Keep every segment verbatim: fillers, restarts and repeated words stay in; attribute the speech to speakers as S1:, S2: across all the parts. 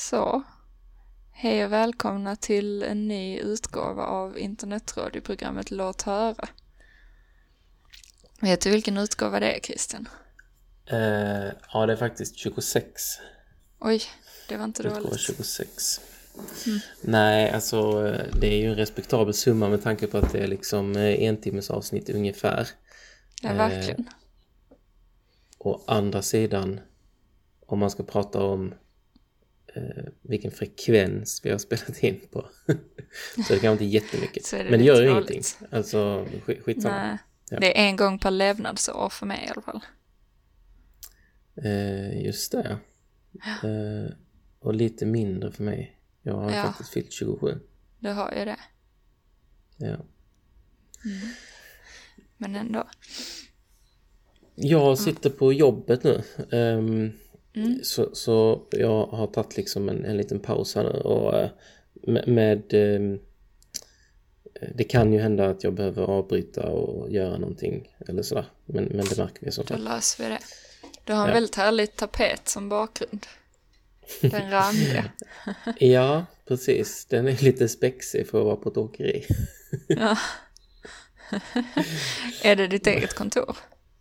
S1: Så, hej och välkomna till en ny utgåva av internetradioprogrammet Låt höra. Vet du vilken utgåva det är, Christian?
S2: Uh, ja, det är faktiskt tjugosex.
S1: Oj, det var inte
S2: utgåva
S1: dåligt.
S2: tjugosex.
S1: Mm.
S2: Nej, alltså det är ju en respektabel summa med tanke på att det är liksom en timmes avsnitt ungefär.
S1: Ja, verkligen. Uh,
S2: och andra sidan, om man ska prata om uh, vilken frekvens vi har spelat in på, så det kan inte jättemycket.
S1: det
S2: Men det gör ju
S1: dåligt.
S2: ingenting. Alltså, sk- skitsamma.
S1: Nej,
S2: ja.
S1: Det är en gång per levnadsår för mig i alla fall.
S2: Uh, just det, ja. Uh, och lite mindre för mig. Jag har ja. faktiskt fyllt tjugosju.
S1: Du har ju det.
S2: Ja.
S1: Mm. Men ändå.
S2: Jag sitter på jobbet nu. Um,
S1: mm.
S2: så, så jag har tagit liksom en, en liten paus här nu. Och med... med um, det kan ju hända att jag behöver avbryta och göra någonting. Eller sådär. Men, men det märker vi så.
S1: Då löser vi det. Du har en
S2: ja.
S1: väldigt härlig tapet som bakgrund. Den randiga.
S2: Ja, precis. Den är lite spexig för att vara på ett åkeri.
S1: Ja. Är det ditt eget kontor?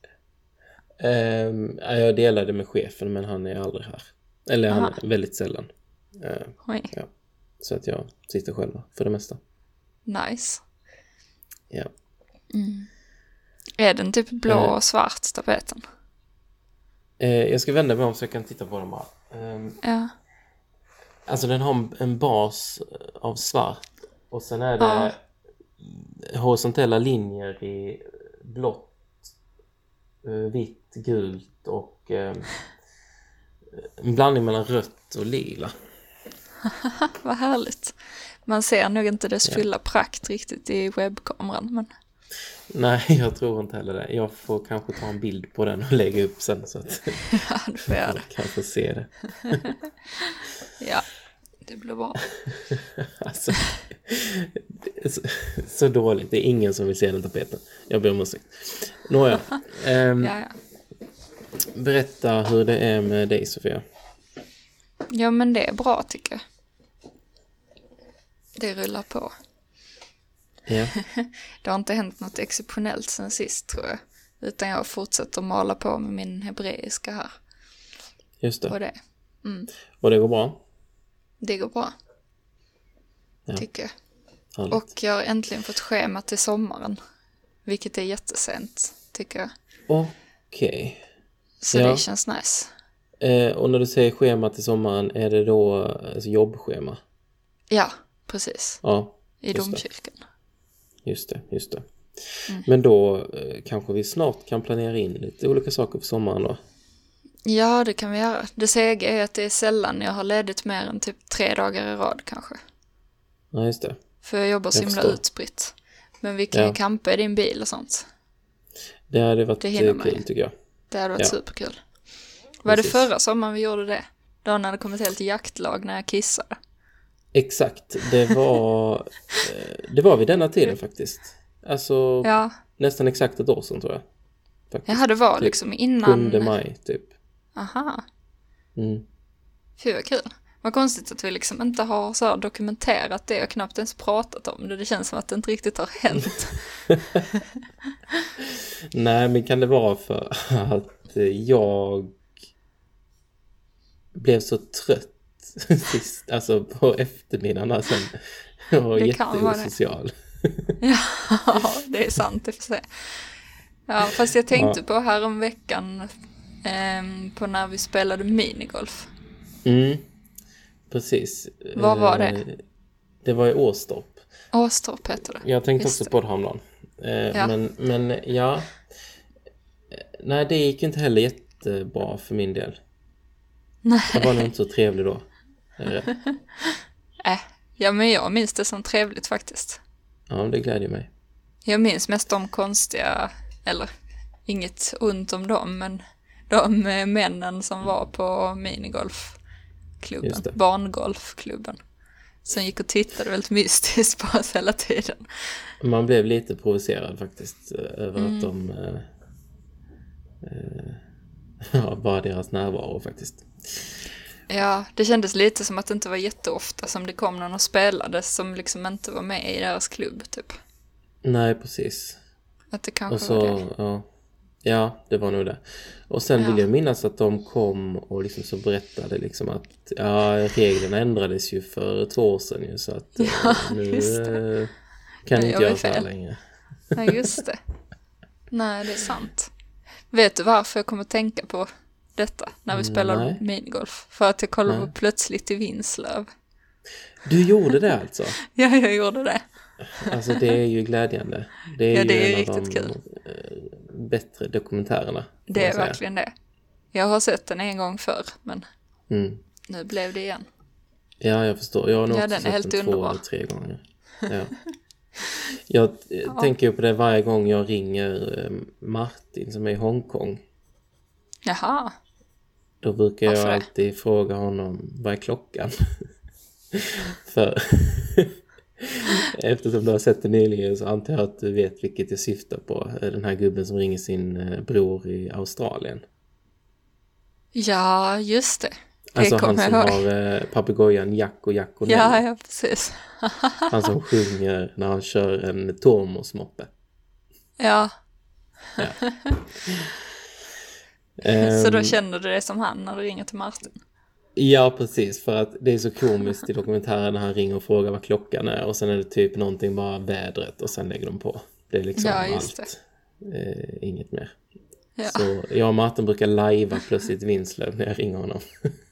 S2: Um, jag delade med chefen, men han är aldrig här. Eller Aha. han är väldigt sällan. Uh, ja. Så att jag sitter själv för det mesta.
S1: Nice.
S2: Ja.
S1: Mm. Är den typ blå uh, och svart tapeten?
S2: Uh, jag ska vända mig om så jag kan titta på den bara. Um,
S1: ja.
S2: Alltså den har en bas av svart. Och sen är det ja. horisontella linjer i blått, vitt, gult och eh, en blandning mellan rött och lila.
S1: Vad härligt. Man ser nog inte dess ja. fulla prakt riktigt i webbkameran. Men...
S2: Nej, jag tror inte heller det. Jag får kanske ta en bild på den och lägga upp sen så att
S1: ja, du får göra det.
S2: Jag kan få se det.
S1: Ja, det blir bra.
S2: Alltså, så, så dåligt. Det är ingen som vill se den tapeten. Jag ber om ursäkt. Nåja. Um,
S1: ja, ja.
S2: Berätta hur det är med dig, Sofia.
S1: Ja, men det är bra tycker jag. Det rullar på.
S2: Ja.
S1: Det har inte hänt något exceptionellt sen sist, tror jag. Utan jag fortsätter mala på med min hebreiska här.
S2: Just det.
S1: Och det. Mm.
S2: Och det går bra?
S1: Det går bra.
S2: Ja.
S1: Tycker jag.
S2: Härligt.
S1: Och jag har äntligen fått schema till sommaren. Vilket är jättesent, tycker jag.
S2: Okej. Okay.
S1: Så ja. Det känns nice.
S2: Eh, och när du säger schema till sommaren, är det då alltså jobbschema?
S1: Ja, precis.
S2: Ja,
S1: i domkyrkan.
S2: Det. Just det, just det.
S1: Mm.
S2: Men då eh, kanske vi snart kan planera in lite olika saker för sommaren då?
S1: Ja, det kan vi göra. Det sega är att det är sällan jag har ledigt mer än typ tre dagar i rad kanske.
S2: Ja, just det.
S1: För jag jobbar så himla utspritt. Men vi kan ju ja. campa i din bil och sånt.
S2: Det hade varit
S1: det
S2: kul
S1: mig.
S2: tycker jag.
S1: Det hade varit
S2: ja.
S1: superkul. Var det förra sommaren vi gjorde det? Då när det kom ett helt jaktlag när jag kissade.
S2: Exakt, det var det var vid denna tiden faktiskt. Alltså
S1: ja.
S2: nästan exakt ett år sedan tror jag.
S1: Faktiskt. Ja, det var typ liksom innan...
S2: sjunde maj typ.
S1: Aha.
S2: Mm.
S1: Fy vad kul. Vad konstigt att vi liksom inte har så dokumenterat det och knappt ens pratat om det. Det känns som att det inte riktigt har hänt.
S2: Nej, men kan det vara för att jag blev så trött sist, alltså på eftermiddagen sen. Jag var jätteosocial.
S1: Ja, det är sant, det får se. Ja, fast jag tänkte ja. på här om veckan eh, på när vi spelade minigolf.
S2: Mm, precis.
S1: Vad var det?
S2: Det var i Åstorp.
S1: Åstorp heter det.
S2: Jag tänkte Just också på det häromdagen. Eh, ja. Men, men ja, nej det gick inte heller jättebra för min del.
S1: Nej.
S2: Jag var nog inte så trevlig då.
S1: Äh, ja, men jag minns det som trevligt faktiskt.
S2: Ja, det glädjer mig.
S1: Jag minns mest de konstiga, eller inget ont om dem, men de männen som var på minigolfklubben, barngolfklubben, som gick och tittade väldigt mystiskt på oss hela tiden.
S2: Man blev lite provocerad faktiskt över mm. att de äh, äh, ja, bara deras närvaro faktiskt.
S1: Ja, det kändes lite som att det inte var jätteofta som det kom någon och spelade som liksom inte var med i deras klubb, typ.
S2: Nej, precis.
S1: Att det kanske
S2: och så,
S1: var det.
S2: Ja, ja, det var nog det. Och sen
S1: Ja.
S2: vill jag minnas att de kom och liksom så berättade liksom att ja, reglerna ändrades ju för två år sedan ju, så att
S1: Ja,
S2: nu
S1: just det.
S2: eh, kan
S1: Nej,
S2: inte
S1: jag
S2: göra
S1: är
S2: så här
S1: fel.
S2: längre.
S1: Nej, just det. Nej, det är sant. Vet du varför jag kommer att tänka på detta när vi spelar
S2: Nej.
S1: minigolf? För att jag kollade
S2: Nej.
S1: på Plötsligt i Vinslöv.
S2: Du gjorde det alltså?
S1: Ja, jag gjorde det.
S2: Alltså det är ju glädjande. Det är
S1: Ja,
S2: ju
S1: det är
S2: en
S1: riktigt
S2: av de
S1: kul.
S2: eh, bättre dokumentärerna. får
S1: Det
S2: man
S1: är
S2: säga.
S1: verkligen det. Jag har sett den en gång förr, men
S2: Mm.
S1: nu blev det igen.
S2: Ja, jag förstår. Jag har nog
S1: Ja,
S2: också
S1: den är
S2: sett
S1: helt
S2: den två
S1: underbar.
S2: eller tre gånger. Ja. Jag eh, tänker ju på det varje gång jag ringer eh, Martin som är i Hongkong.
S1: Jaha.
S2: Då brukar
S1: Varför
S2: jag
S1: det?
S2: alltid fråga honom, vad är klockan? För eftersom du har sett det nyligen så antar jag att du vet vilket jag syftar på. Den här gubben som ringer sin eh, bror i Australien.
S1: Ja, just det. Det
S2: Alltså han
S1: kommer
S2: som
S1: jag ihåg.
S2: har eh, papegojan Jack och Jack och
S1: Ja,
S2: Nelly.
S1: ja, precis.
S2: Han som sjunger när han kör en Tormos-moppe.
S1: Ja,
S2: Ehm,
S1: så då känner du det som han när du ringer till Martin.
S2: Ja, precis. För att det är så komiskt i dokumentären när han ringer och frågar vad klockan är. Och sen är det typ någonting bara vädret och sen lägger de på. Det är liksom
S1: Ja, just
S2: allt. Eh, inget mer.
S1: Ja.
S2: Så jag och Martin brukar lajva plötsligt Vinslöv när jag ringer honom.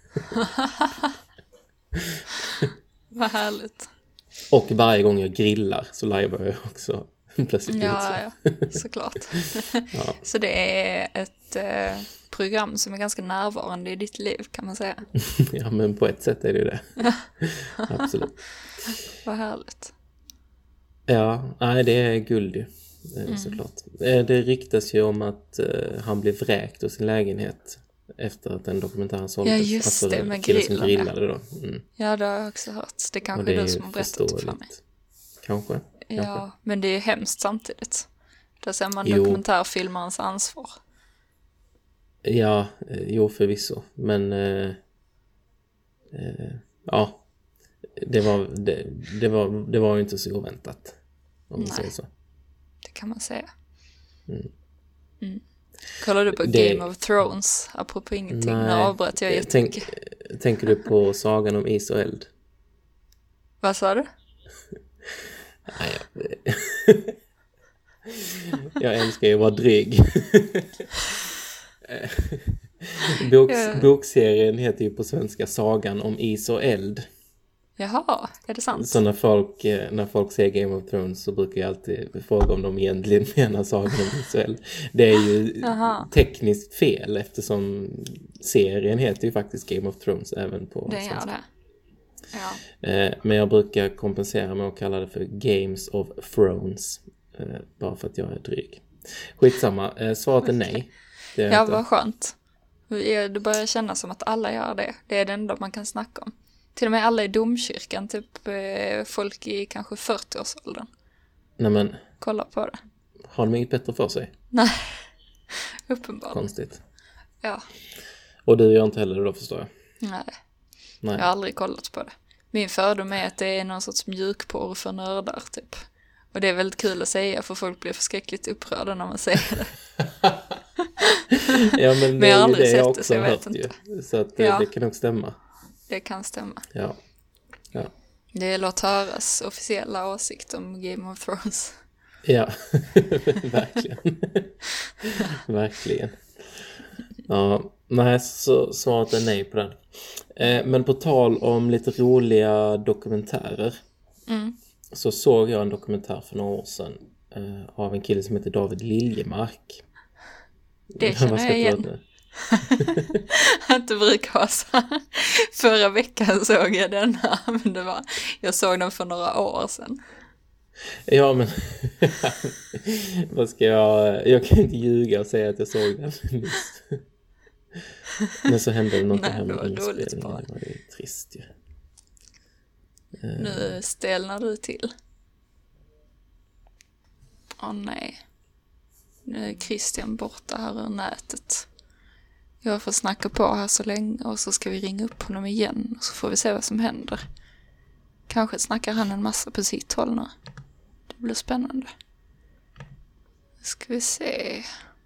S1: Vad härligt.
S2: Och varje gång jag grillar så lajvar jag också plötsligt
S1: Ja,
S2: Vinslöv.
S1: ja, såklart.
S2: Ja.
S1: Så det är ett eh, program som är ganska närvarande i ditt liv, kan man säga.
S2: Ja, men på ett sätt är det ju det. Absolut.
S1: Vad härligt.
S2: Ja, nej, det är guld ju. Mm. Såklart. Det ryktas ju om att uh, han blev vräkt ur sin lägenhet efter att den dokumentären såldes.
S1: Ja, just
S2: alltså,
S1: det, med
S2: killen som
S1: grillen,
S2: grillade då. Mm.
S1: Ja, det har jag också hört. Det kanske
S2: Och det
S1: är
S2: är
S1: du
S2: ju
S1: som har berättat det för mig.
S2: Kanske.
S1: Ja,
S2: Kanske.
S1: men det är ju hemskt samtidigt. Där ser man
S2: Jo.
S1: dokumentärfilmarens ansvar.
S2: Ja, eh, jo förvisso. Men eh, eh, ja, det var, det, det, var, det var ju inte så oväntat. Om man
S1: Nej.
S2: säger så.
S1: Det kan man säga.
S2: Mm.
S1: Mm. Kollar du på
S2: Det-
S1: Game of Thrones? Apropå ingenting. Nu
S2: Nej.
S1: avbröt jag
S2: Eh, Tänk,
S1: jättemycket.
S2: tänker du på sagan om is och eld?
S1: Vad sa du?
S2: Nej, jag, jag älskar ju att vara dryg. Boks,
S1: Ja.
S2: Bokserien heter ju på svenska Sagan om is och eld.
S1: Jaha, är det sant?
S2: Så när folk, eh, när folk säger Game of Thrones så brukar jag alltid fråga om de egentligen menar Sagan om is och eld. Det är ju
S1: Jaha.
S2: tekniskt fel eftersom serien heter ju faktiskt Game of Thrones även på
S1: Det gör
S2: svenska.
S1: det. Ja.
S2: Eh, men jag brukar kompensera med att kalla det för Games of Thrones. Eh, bara för att jag är dryg. Skitsamma, eh, svaret är nej. Det är
S1: Ja,
S2: inte.
S1: vad skönt. Det börjar kännas som att alla gör det. Det är det enda man kan snacka om. Till och med alla i domkyrkan, typ eh, folk i kanske fyrtio-årsåldern.
S2: Nej men,
S1: Kolla på det.
S2: har de inget bättre för sig?
S1: Nej, uppenbarligen.
S2: Konstigt.
S1: Ja,
S2: Och du gör inte heller det då, förstår jag.
S1: nej.
S2: Nej.
S1: Jag har aldrig kollat på det. Min fördom är att det är någon sorts mjukporr för nördar, typ. Och det är väldigt kul att säga, för folk blir förskräckligt upprörda när man säger det.
S2: Ja, men,
S1: Men jag har
S2: det är ju
S1: aldrig
S2: det
S1: sett
S2: jag
S1: det,
S2: också
S1: så jag
S2: har
S1: vet
S2: hört
S1: inte.
S2: ju. Så att, eh,
S1: Ja.
S2: det kan nog stämma.
S1: Det kan stämma.
S2: Ja. Ja.
S1: Det är låt höras officiella åsikt om Game of Thrones.
S2: Ja, verkligen. Verkligen. Ja, nej, så svaret är nej på den. Eh, men på tal om lite roliga dokumentärer.
S1: Mm.
S2: Så såg jag en dokumentär för några år sedan eh, av en kille som heter David Liljemark.
S1: Det
S2: Vad
S1: känner
S2: ska
S1: jag
S2: ta
S1: igen.
S2: nu?
S1: Att det brukar vara så. Förra veckan såg jag den här, men det var, jag såg den för några år sedan.
S2: Ja, men vad ska jag... Jag kan inte ljuga och säga att jag såg den nyss. Men så hände det något
S1: Nej,
S2: här
S1: det
S2: med
S1: var dåligt
S2: inspelningen.
S1: bara.
S2: Det var ju trist ju.
S1: Nu stelnar du till. Åh nej. Nu är Christian borta här ur nätet. Jag får snacka på här så länge och så ska vi ringa upp honom igen och så får vi se vad som händer. Kanske snackar han en massa på sitt håll nu. Det blir spännande. Ska vi se.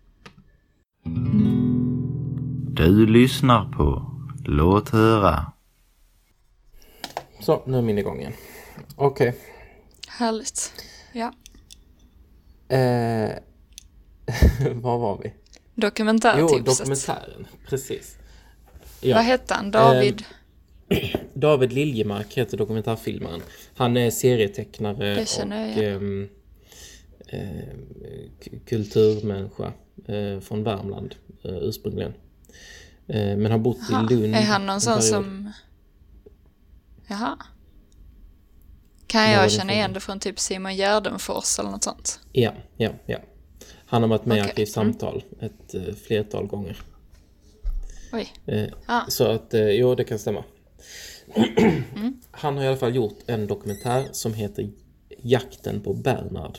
S3: Du lyssnar på Låt höra.
S2: Så, nu är min igång igen. Okej. Okay.
S1: Härligt. Ja.
S2: Eh, var var vi?
S1: Dokumentärtipset.
S2: Jo, dokumentären. Precis. Ja.
S1: Vad heter han? David?
S2: Eh, David Liljemark heter dokumentärfilmaren. Han är serietecknare och eh, eh, kulturmänniska eh, från Värmland eh, ursprungligen. Eh, men har bott Aha. i Lund.
S1: Är han någon sån som... Jaha. Kan jag känna igen det från typ Simon Gärdenfors eller något sånt?
S2: Ja, ja, ja. Han har varit med
S1: okay.
S2: i samtal ett uh, flertal gånger.
S1: Oj.
S2: Eh, ah. Så att, eh, jo, det kan stämma. mm. Han har i alla fall gjort en dokumentär som heter Jakten på Bernhard.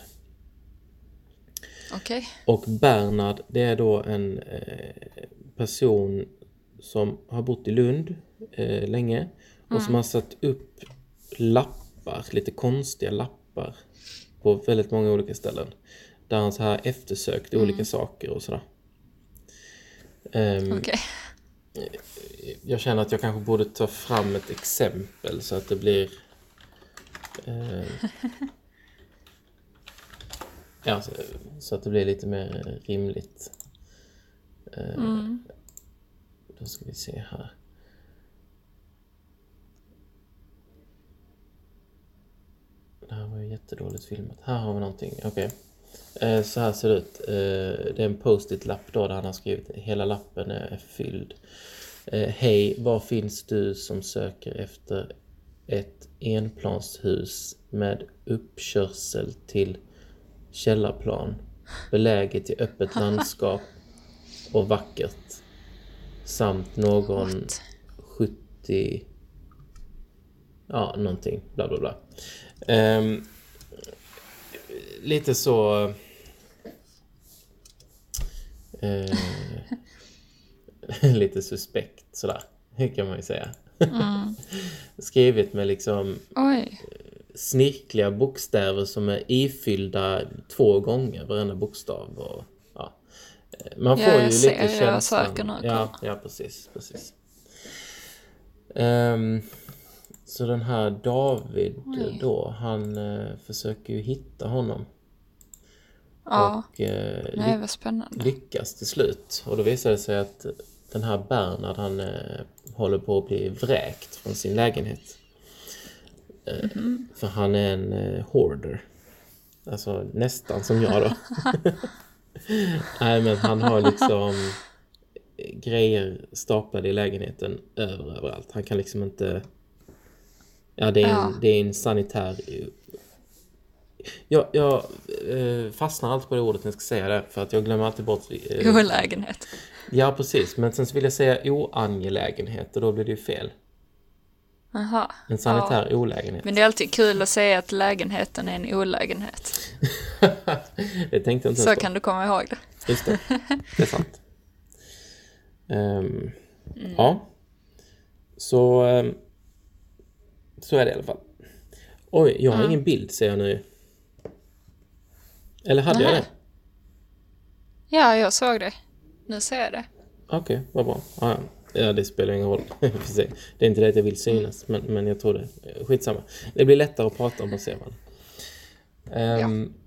S1: Okej. Okay.
S2: Och Bernhard, det är då en eh, person som har bott i Lund eh, länge och mm. som har satt upp lappar, lite konstiga lappar på väldigt många olika ställen. Där han så här eftersökt mm. olika saker och sådär. Um,
S1: Okej.
S2: Okay. Jag känner att jag kanske borde ta fram ett exempel så att det blir... Uh, ja, så, så att det blir lite mer rimligt. Uh, mm. Då ska vi se här. Det här var ju jättedåligt filmat. Här har vi någonting. Okej. Okay. Eh, så här ser det ut. Eh, det är en post-it-lapp då där han har skrivit. Hela lappen är fylld. Eh, Hej, var finns du som söker efter ett enplanshus med uppkörsel till källarplan, beläget i öppet landskap och vackert, samt någon What? sjuttio ja, någonting, bla bla bla. Um, lite så uh, lite suspekt sådär, kan man ju säga. Mm. Skrivit med liksom
S1: Oj.
S2: snirkliga bokstäver som är ifyllda två gånger varenda bokstav och, ja. Man får
S1: ja,
S2: ju
S1: ser,
S2: lite känslan. Ja, ja, precis, precis. Um, så den här David Oj. då, han uh, försöker ju hitta honom.
S1: Ja,
S2: och uh,
S1: Nej, vad spännande.
S2: lyckas till slut. Och då visar det sig att den här Bernhard, han uh, håller på att bli vräkt från sin lägenhet. Uh, mm-hmm. För han är en uh, hoarder. Alltså nästan som jag då. Nej, men han har liksom grejer staplade i lägenheten över, överallt. Han kan liksom inte... Ja, det är en, ja. Det är en sanitär... Jag, jag eh, fastnar alltid på det ordet när jag ska säga det, för att jag glömmer alltid bort...
S1: Eh, olägenhet.
S2: Ja, precis. Men sen så vill jag säga oangelägenhet och då blir det ju fel.
S1: Aha.
S2: En sanitär ja. olägenhet.
S1: Men det är alltid kul att säga att lägenheten är en olägenhet.
S2: Det tänkte jag inte.
S1: Så kan du komma ihåg det.
S2: Just det, det är sant. Um, mm. Ja. Så um, så är det i alla fall. Oj, jag har mm. ingen bild, ser jag nu. Eller hade Nähe. jag det?
S1: Ja, jag såg det. Nu ser jag det.
S2: Okej, okay, vad bra. Ah, ja. Ja, det spelar ingen roll. Det är inte det att jag vill synas, men, men jag tror det. Skitsamma. Det blir lättare att prata om man ser man. Um, ja.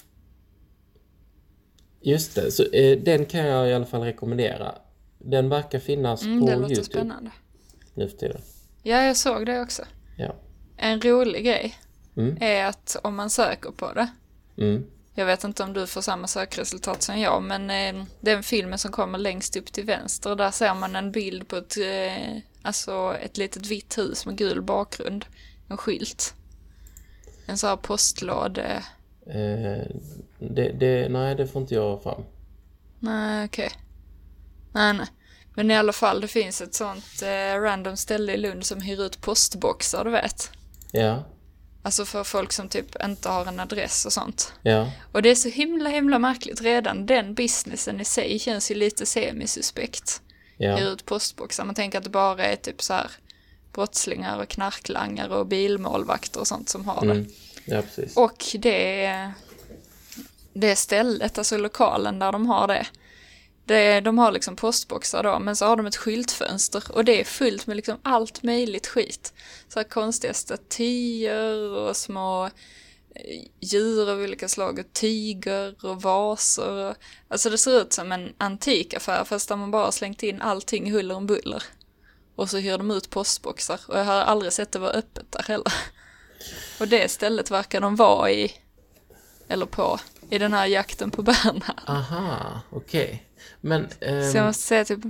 S2: Just det, så eh, den kan jag i alla fall rekommendera. Den verkar finnas mm, på YouTube. Det låter spännande. Nu för tiden.
S1: Ja, jag såg det också.
S2: Ja.
S1: En rolig grej
S2: mm.
S1: är att om man söker på det.
S2: Mm.
S1: Jag vet inte om du får samma sökresultat som jag, men eh, den filmen som kommer längst upp till vänster, där ser man en bild på ett, eh, alltså ett litet vitt hus med gul bakgrund. En skylt. En sån här postlåde.
S2: Eh, det, det, nej, det får inte jag fram.
S1: Nej, okej. Okay. Nej, nej. Men i alla fall, det finns ett sånt eh, random ställe i Lund som hyr ut postboxar, du vet.
S2: Ja.
S1: Alltså för folk som typ inte har en adress och sånt.
S2: Ja.
S1: Och det är så himla himla märkligt redan. Den businessen i sig känns ju lite semisuspekt.
S2: ja.
S1: hyr ut postboxar. Man tänker att det bara är typ så här brottslingar och knarklangare och bilmålvakter och sånt som har det.
S2: Mm. Ja, precis.
S1: Och det, det stället, alltså lokalen där de har det, det, de har liksom postboxar då, men så har de ett skyltfönster och det är fullt med liksom allt möjligt skit. Så här konstiga statyer och små djur av olika slag och tyger och vaser. Alltså det ser ut som en antikaffär fast där man bara slängt in allting huller om buller. Och så hyr de ut postboxar och jag har aldrig sett det vara öppet där heller. Och det stället verkar de vara i, eller på, i den här jakten på Bernhard.
S2: Aha, okej. Okay. Men... Ehm,
S1: så jag måste säga typ...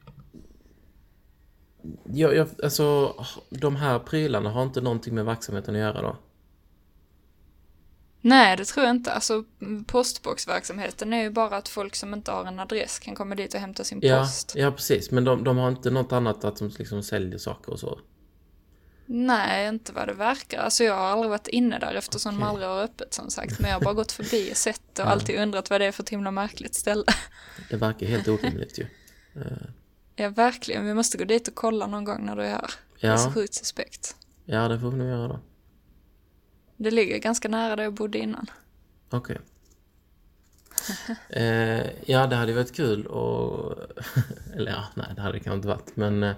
S2: Jag, jag, alltså, de här prylarna har inte någonting med verksamheten att göra då?
S1: Nej, det tror jag inte. Alltså, postboxverksamheten är ju bara att folk som inte har en adress kan komma dit och hämta sin
S2: ja,
S1: post.
S2: Ja, precis. Men de, de har inte något annat att de liksom säljer saker och så?
S1: Nej, inte vad det verkar. Alltså jag har aldrig varit inne där eftersom okay. de aldrig har öppet som sagt. Men jag har bara gått förbi och sett och ja. alltid undrat vad det är för ett himla märkligt ställe.
S2: Det verkar helt orimligt ju.
S1: Ja, verkligen. Vi måste gå dit och kolla någon gång när du är här. Ja. Det är så sjukt suspekt.
S2: Ja, det får vi nog göra då.
S1: Det ligger ganska nära där jag bodde innan.
S2: Okej. Okay. eh, ja, det hade varit kul och... Eller ja, nej, det hade det kanske inte varit. Men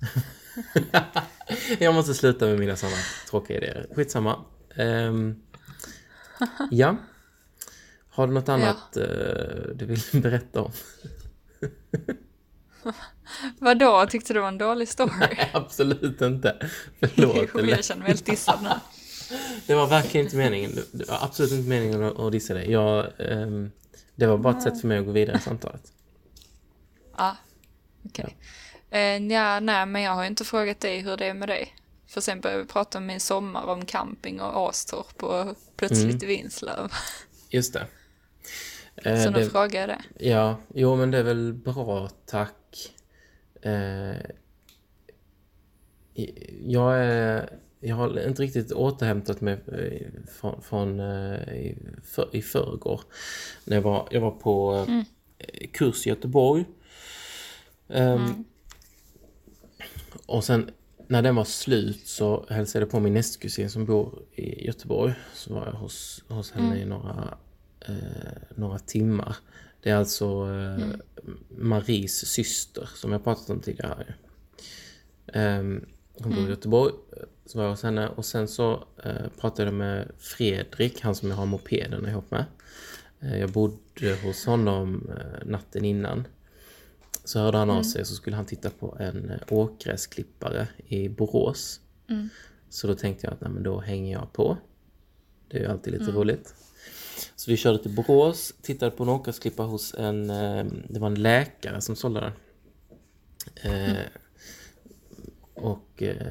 S2: jag måste sluta med mina sådana tråkiga idéer. Skitsamma. Eh, ja. Har du något annat ja. eh, du vill berätta om?
S1: Vadå? Tyckte du det var en dålig story?
S2: Nej, absolut inte. Förlåt.
S1: Jag känner mig helt dissad nu.
S2: Det var verkligen inte meningen. Det var absolut inte meningen att dissa dig. Jag, um, det var bara ett sätt för mig att gå vidare i samtalet.
S1: Ah, okej. Okay. Ja. Uh, ja, nej, men jag har ju inte frågat dig hur det är med dig. För sen började vi prata om min sommar, om camping och Astorp och plötsligt mm. i Vinslöv.
S2: Just det.
S1: Uh, Så nu det, frågar jag det.
S2: Ja, jo men det är väl bra, tack. Uh, jag är... Jag har inte riktigt återhämtat mig från, från i, för, i förrgår. När jag var, jag var på mm. kurs i Göteborg. Um, mm. Och sen när den var slut så hälsade jag på min nästkusin som bor i Göteborg. Så var jag hos, hos henne mm. i några, eh, några timmar. Det är alltså eh, mm. Maries syster som jag pratat om tidigare. Um, hon bor i Göteborg. Så var jag hos henne. Och sen så eh, pratade jag med Fredrik, han som jag har mopeden ihop med. Eh, jag bodde hos honom eh, natten innan. Så hörde han av sig, så skulle han titta på en eh, åkgräsklippare i Borås. Mm. Så då tänkte jag att nej, men då hänger jag på. Det är ju alltid lite mm. roligt. Så vi körde till Borås, tittade på en åkgräsklippare hos en, eh, det var en läkare som sålde den. Eh, mm. Och eh,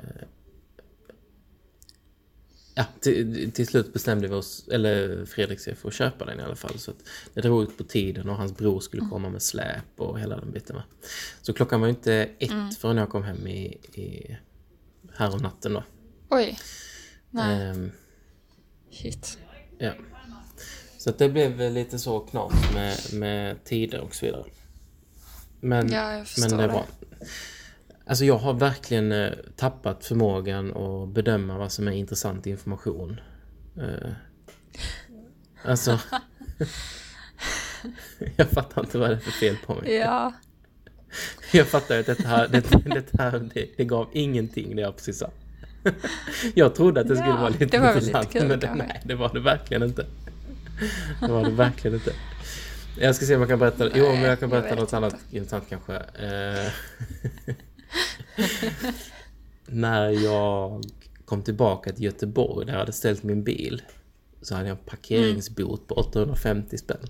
S2: ja, till, till slut bestämde vi oss, eller Fredrik sig för att köpa den i alla fall. Så att det drog ut på tiden och hans bror skulle komma med släp och hela den biten. Va? Så klockan var ju inte ett mm. förrän jag kom hem i, i här om natten då.
S1: Oj, nej.
S2: Um,
S1: Shit.
S2: Ja. Så att det blev lite så knas med, med tider och så vidare. Men,
S1: ja, jag förstår
S2: men det
S1: det.
S2: var... Alltså jag har verkligen eh, tappat förmågan att bedöma vad som är intressant information. Eh, alltså, jag fattar inte vad det är för fel på mig.
S1: Ja.
S2: Jag fattar att det här, det, det, här det, det gav ingenting det jag precis sa. Jag trodde att det skulle ja, vara lite
S1: det var
S2: intressant,
S1: lite kul,
S2: men det, nej, det var det verkligen inte. Det var det verkligen inte. Jag ska se om jag kan berätta. Nej, jo, men jag kan berätta jag något annat inte. Intressant kanske. Eh, när jag kom tillbaka till Göteborg, där jag hade ställt min bil, så hade jag en parkeringsbot på åttahundrafemtio spänn.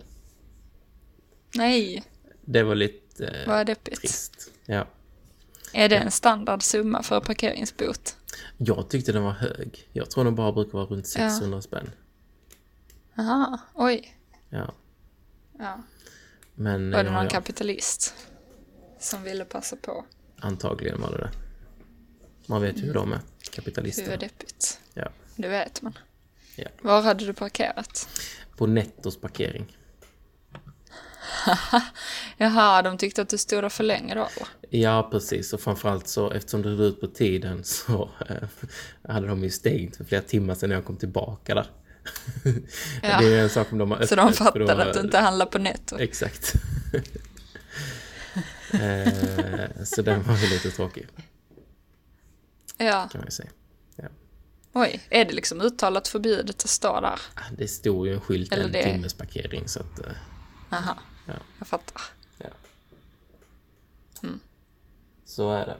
S1: Nej.
S2: Det var lite eh,
S1: Vad deppigt.
S2: Trist. Ja.
S1: Är det en standardsumma för parkeringsbot?
S2: Jag tyckte den var hög. Jag tror den bara brukar vara runt sexhundra ja. spänn.
S1: Aha, oj.
S2: Ja.
S1: Ja.
S2: Men,
S1: var det
S2: ja,
S1: någon
S2: ja.
S1: kapitalist som ville passa på?
S2: Antagligen var det det. Man vet ju hur de är, kapitalister.
S1: Hur är deppigt.
S2: Ja.
S1: Det vet man.
S2: Ja.
S1: Var hade du parkerat?
S2: På Nettos parkering.
S1: Jaha, de tyckte att du stod där för länge då?
S2: Ja, precis. Och framförallt så, eftersom det drog ut på tiden så eh, hade de ju stängt för flera timmar sedan jag kom tillbaka där.
S1: Ja.
S2: Det är en sak om de har öppet.
S1: Så de fattade
S2: då,
S1: att du inte handlar på netto.
S2: Exakt. eh, så den var ju lite tråkig.
S1: Ja.
S2: Kan man ju säga. Ja.
S1: Oj, är det liksom uttalat förbjudet att stå där?
S2: Det stod ju en skylt,
S1: Eller
S2: en
S1: det...
S2: timmes parkering. Så att, eh,
S1: Aha,
S2: ja.
S1: jag fattar.
S2: Ja.
S1: Mm.
S2: Så är det.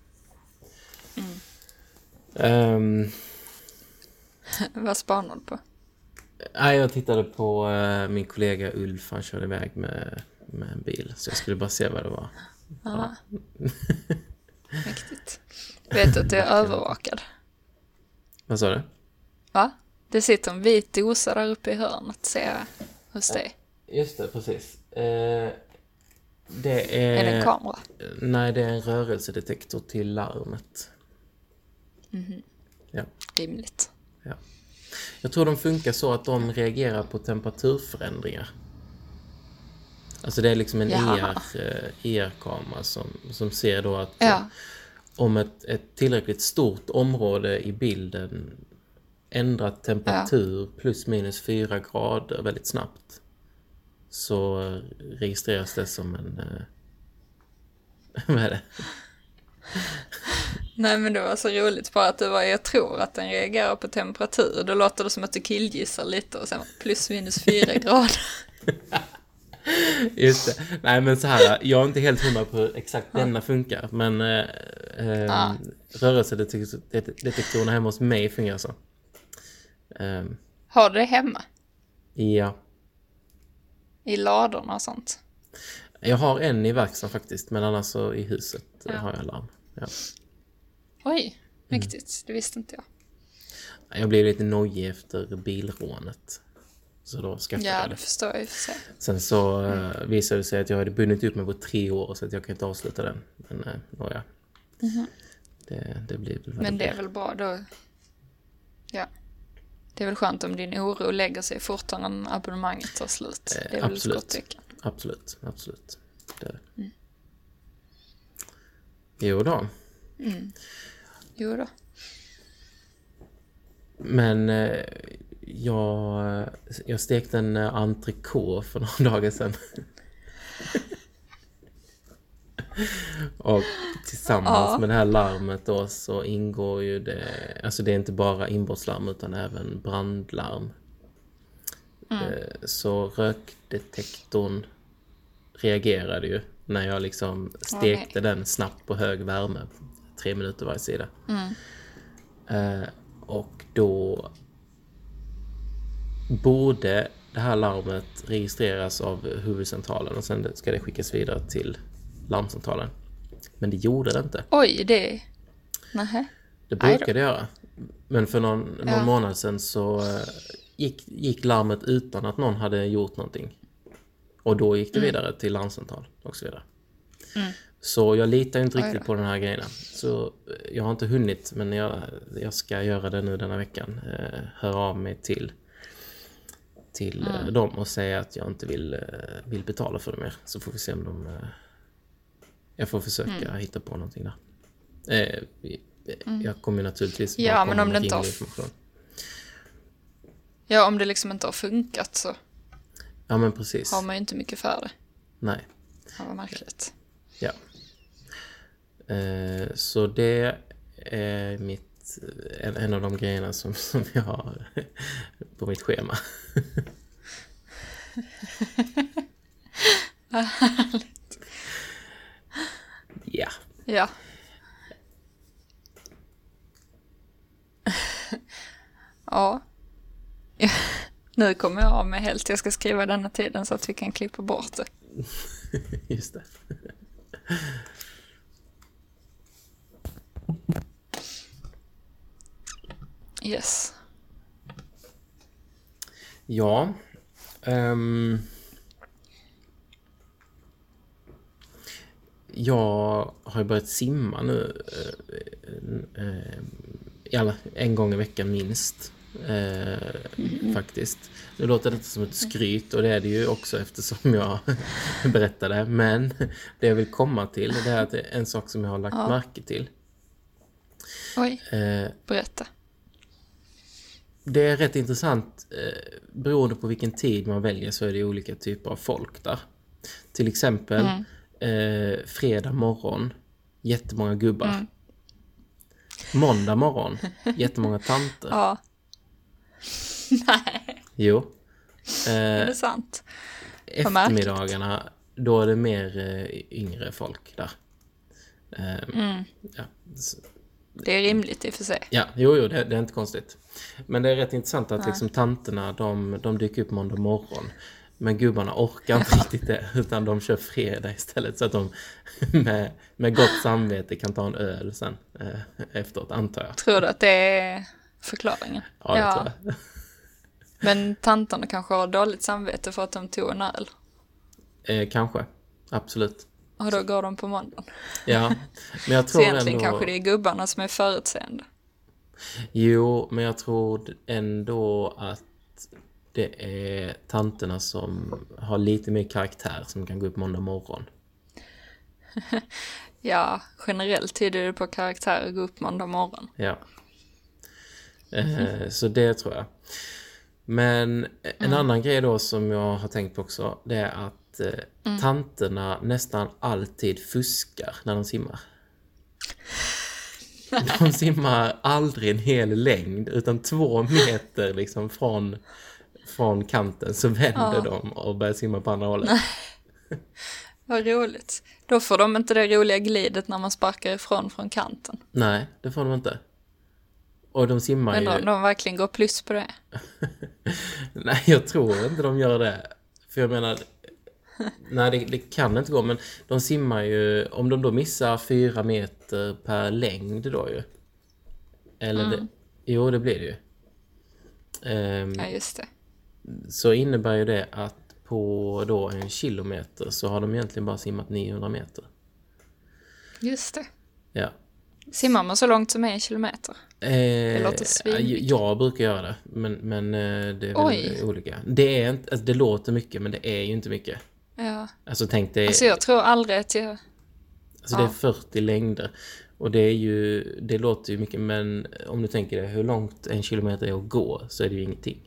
S1: Mm.
S2: Um,
S1: Vad spanar du på?
S2: Nej, jag tittade på uh, min kollega Ulf. Han körde iväg med, med en bil. Så jag skulle bara se vad det var.
S1: Ja. Mäktigt. Vet du att det är övervakad?
S2: Vad sa du?
S1: Va? Det sitter en vit dosa där uppe i hörnet, ser jag hos dig.
S2: Just det, precis. Uh, det är...
S1: Är det en kamera?
S2: Nej, det är en rörelsedetektor till larmet.
S1: Mhm.
S2: Ja.
S1: Rimligt.
S2: Ja. Jag tror de funkar så att de reagerar på temperaturförändringar. Alltså det är liksom en
S1: Jaha.
S2: E R-kamera som, som ser då att
S1: Ja.
S2: om ett, ett tillräckligt stort område i bilden ändrar temperatur ja. plus minus fyra grader väldigt snabbt, så registreras det som en... Vad är det?
S1: Nej, men det var så roligt bara att det var, jag tror att den reagerar på temperatur. Då låter det som att du killgissar lite och sen plus minus fyra grader.
S2: Just det. Nej, men så här, jag är inte helt hundra på exakt ja. denna funkar, men eh, eh, ja. rörelsedetektorerna hemma hos mig fungerar så. Eh,
S1: Har du det hemma?
S2: Ja.
S1: I ladorna och sånt?
S2: Jag har en i verkstaden faktiskt, men annars så i huset
S1: ja.
S2: har jag larm. Ja.
S1: Oj, mäktigt. Mm. Det visste inte jag.
S2: Jag blev lite nojig efter bilrånet. Så då skaffade
S1: ja,
S2: jag
S1: det.
S2: det.
S1: förstår jag för sig.
S2: Sen så mm. uh, visade det sig att jag hade bundit upp mig på tre år så att jag kan inte avsluta den. Men uh, nåja.
S1: Mm-hmm.
S2: Det, det blir väl
S1: Men det är väl bra då. Ja. Det är väl skönt om din oro lägger sig fortare än abonnemanget tar slut.
S2: Uh,
S1: det är väl
S2: absolut.
S1: ett gott tecken.
S2: Absolut, absolut. Det är det.
S1: Mm.
S2: Jo då.
S1: Mm. Jo då.
S2: Men eh, jag, jag stekte en eh, entrecote för några dagar sedan. Och tillsammans ja. med det här larmet då så ingår ju det, alltså det är inte bara inbrottslarm utan även brandlarm. Mm. Eh, så rökdetektorn reagerade ju när jag liksom stekte oh, den snabbt på hög värme, tre minuter varje sida.
S1: Mm.
S2: Eh, och då borde det här larmet registreras av huvudcentralen och sen ska det skickas vidare till larmcentralen. Men det gjorde det inte.
S1: Oj, det... Nähä.
S2: Det brukade det göra. Men för någon, någon
S1: ja.
S2: månad sedan så uh, gick, gick larmet utan att någon hade gjort någonting. Och då gick det mm. vidare till larmcentral och så vidare. Mm. Så jag litar inte riktigt på den här grejen. Så jag har inte hunnit, men jag, jag ska göra det nu denna veckan. Uh, höra av mig till, till mm. uh, dem och säga att jag inte vill, uh, vill betala för det mer. Så får vi se om de... Uh, jag får försöka mm. hitta på någonting där. Uh, mm. Jag kommer naturligtvis...
S1: Ja, men om det inte har... Ja, om det liksom inte har funkat så...
S2: Ja, men precis.
S1: Har man ju inte mycket för det.
S2: Nej.
S1: Det var märkligt.
S2: Ja. Eh, så det är mitt, en, en av de grejerna som, som jag har på mitt schema.
S1: Vad härligt.
S2: Ja.
S1: Ja. Ja. Ja. Nu kommer jag av mig helt. Jag ska skriva denna tiden så att vi kan klippa bort det.
S2: Just det.
S1: Yes.
S2: Ja. Um, jag har börjat simma nu. Uh, uh, uh, alla, en gång i veckan minst. Eh, mm. Faktiskt. Nu låter det inte som ett skryt, och det är det ju också eftersom jag berättade. Men det jag vill komma till, det är att det är en sak som jag har lagt ja. märke till.
S1: Oj, eh, berätta.
S2: Det är rätt intressant. Eh, beroende på vilken tid man väljer så är det olika typer av folk där. Till exempel mm. eh, fredag morgon, jättemånga gubbar. Mm. Måndag morgon, jättemånga tanter.
S1: Ja. Nej.
S2: Jo.
S1: Eh, är det sant?
S2: Eftermiddagarna, då är det mer eh, yngre folk där. Eh,
S1: mm.
S2: ja.
S1: Det är rimligt i och för sig.
S2: Ja, jo, jo det, det är inte konstigt. Men det är rätt intressant att liksom, tanterna, de, de dyker upp måndag morgon. Men gubbarna orkar inte riktigt det, utan de kör fredag istället. Så att de med, med gott samvete kan ta en öl sen eh, efteråt, antar jag.
S1: Tror du att det är förklaringen?
S2: Ja, det ja. tror jag.
S1: Men tanterna kanske har dåligt samvete för att de tog en öl?
S2: Eh, kanske, absolut.
S1: Och då går de på måndagen.
S2: Ja, men jag tror
S1: så egentligen
S2: ändå...
S1: kanske det är gubbarna som är förutseende.
S2: Jo, men jag tror ändå att det är tanterna som har lite mer karaktär som kan gå upp måndag morgon.
S1: Ja, generellt tyder det på karaktär att gå upp måndag morgon.
S2: Ja. Eh, så det tror jag. Men en mm. annan grej då som jag har tänkt på också, det är att eh, mm. tanterna nästan alltid fuskar när de simmar. De simmar aldrig en hel längd, utan två meter liksom från, från kanten så vänder ja. de och börjar simma på andra hållet.
S1: Vad roligt. Då får de inte det roliga glidet när man sparkar ifrån från kanten.
S2: Nej, det får de inte. Och de simmar
S1: Men
S2: ju...
S1: Men de verkligen går plus på det?
S2: Nej, jag tror inte de gör det. För jag menar... Nej, det, det kan inte gå. Men de simmar ju... Om de då missar fyra meter per längd då ju. Eller mm. det... Jo, det blir det ju. Um,
S1: ja, just det.
S2: Så innebär ju det att på då en kilometer så har de egentligen bara simmat niohundra meter.
S1: Just det.
S2: Ja.
S1: Simmar man så långt som en kilometer?
S2: Eh,
S1: det låter svinigt.
S2: Jag brukar göra det, men, men det är väl olika. Det, är inte, alltså det låter mycket, men det är ju inte mycket.
S1: Ja.
S2: Alltså tänk det.
S1: Alltså jag tror aldrig att jag...
S2: Alltså ja. Det är fyrtio längder. Och det är ju, det låter ju mycket, men om du tänker dig hur långt en kilometer är att gå så är det ju ingenting.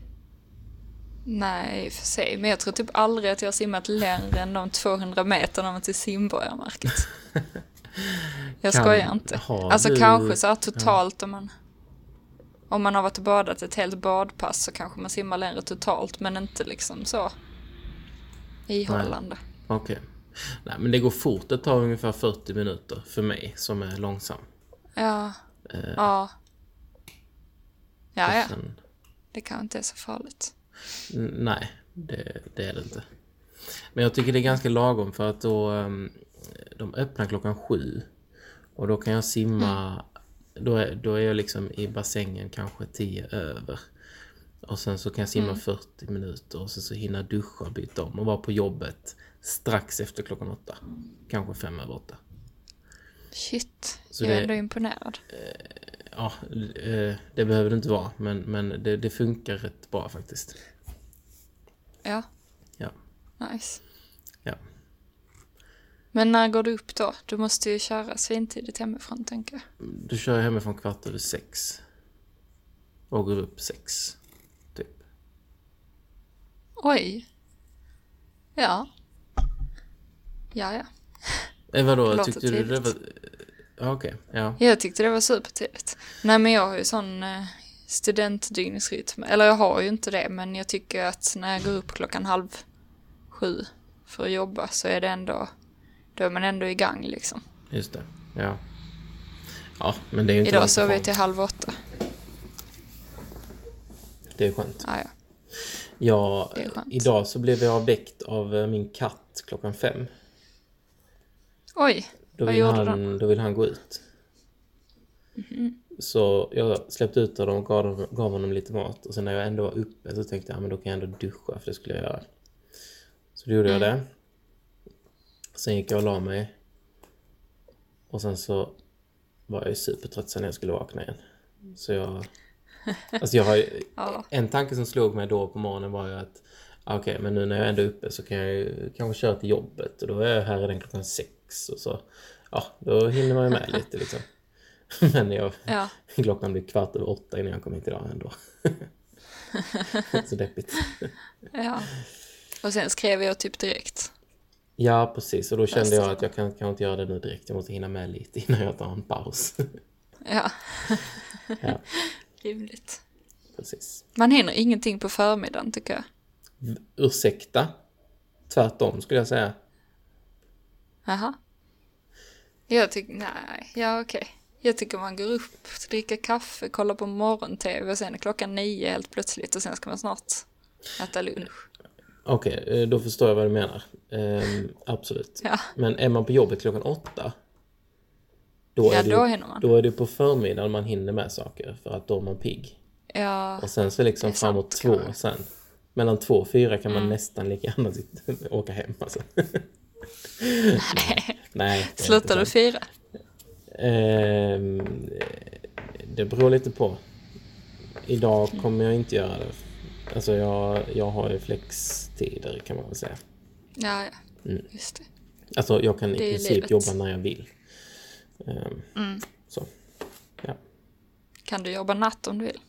S1: Nej, för sig. Men jag tror typ aldrig att jag har simmat längre än de tvåhundra meterna till Simborgarmarket. Jag
S2: kan,
S1: skojar inte. Alltså
S2: du...
S1: kanske så här totalt ja. om man om man har varit och badat ett helt badpass så kanske man simmar längre totalt, men inte liksom så ihållande.
S2: Okej. Okay. Nej, men det går fort. Det tar ungefär fyrtio minuter för mig som är långsam.
S1: Ja. Uh, ja. Ja, ja. Sen... Det kan inte är så farligt.
S2: N- nej, det, det är det inte. Men jag tycker det är ganska lagom för att då um, de öppnar klockan sju och då kan jag simma mm. då, är, då är jag liksom i bassängen kanske tio över och sen så kan jag simma mm. fyrtio minuter och sen så hinna duscha och byta om och vara på jobbet strax efter klockan åtta, kanske fem över åtta.
S1: Shit, så jag är det, ändå imponerad.
S2: Eh, ja, eh, det behöver det inte vara, men, men det, det funkar rätt bra faktiskt.
S1: Ja.
S2: Ja.
S1: Nice.
S2: Ja.
S1: Men när går du upp då? Du måste ju köra svintidigt hemifrån, tänker jag.
S2: Du kör hemifrån kvart över sex. Och går upp sex, typ.
S1: Oj. Ja. Ja, ja.
S2: Eh, vadå? Tyckte tidigt. Du det var... Okej, okay, ja.
S1: Jag tyckte det var supertidigt. Nej, men jag har ju sån eh, studentdygnsrytm. Eller jag har ju inte det, men jag tycker att när jag går upp klockan halv sju för att jobba så är det ändå... Då är man ändå igång liksom.
S2: Just det, ja. Ja, men det är ju inte...
S1: Idag sover jag till halv åtta.
S2: Det är skönt.
S1: Ja, ja.
S2: Ja, idag så blev jag väckt av min katt klockan fem.
S1: Oj,
S2: då
S1: vad
S2: vill
S1: gjorde
S2: han,
S1: de?
S2: Då vill han gå ut.
S1: Mm-hmm.
S2: Så jag släppte ut honom och gav, gav honom lite mat. Och sen när jag ändå var uppe så tänkte jag, ja, men då kan jag ändå duscha, för det skulle jag göra. Så då gjorde mm. jag det. Sen gick jag och la mig. Och sen så var jag ju supertrött sen när jag skulle vakna igen. Så jag Alltså jag har ju,
S1: ja.
S2: En tanke som slog mig då på morgonen var ju att okej, okay, men nu när jag är ändå uppe så kan jag ju kanske köra till jobbet och då är jag här redan klockan sex och så, ja, då hinner man ju med lite liksom. Men jag,
S1: ja.
S2: klockan blir kvart över åtta innan jag kommer hit idag ändå. Så deppigt.
S1: Ja. Och sen skrev jag typ direkt.
S2: Ja, precis. Och då kände jag att jag kan, kan inte göra det nu direkt. Jag måste hinna med lite innan jag tar en paus.
S1: Ja.
S2: Ja.
S1: Rimligt.
S2: Precis.
S1: Man hinner ingenting på förmiddagen, tycker jag.
S2: Ursäkta. Tvärtom skulle jag säga.
S1: Jaha. Jag tycker, nej, ja okej. Okay. Jag tycker man går upp, dricker kaffe, kollar på morgon-tv och sen är klockan nio helt plötsligt och sen ska man snart äta lunch.
S2: Okej, okay, då förstår jag vad du menar. Ehm, absolut.
S1: Ja.
S2: Men är man på jobbet klockan åtta, då,
S1: ja,
S2: är det,
S1: då, hinner man.
S2: då är det på förmiddagen man hinner med saker för att då är man pigg.
S1: Ja,
S2: och sen så liksom framåt två man. sen. Mellan två och fyra kan man mm. nästan lika gärna åka hem. Alltså.
S1: Nej.
S2: Nej.
S1: Slutar du fyra?
S2: Ehm, det beror lite på. Idag kommer jag inte göra det. Alltså jag, jag har ju flextider kan man väl säga.
S1: Ja, ja.
S2: Mm.
S1: Just det.
S2: Alltså jag kan i princip
S1: livet.
S2: jobba när jag vill. Um,
S1: mm.
S2: Så, ja.
S1: Kan du jobba natt om du vill?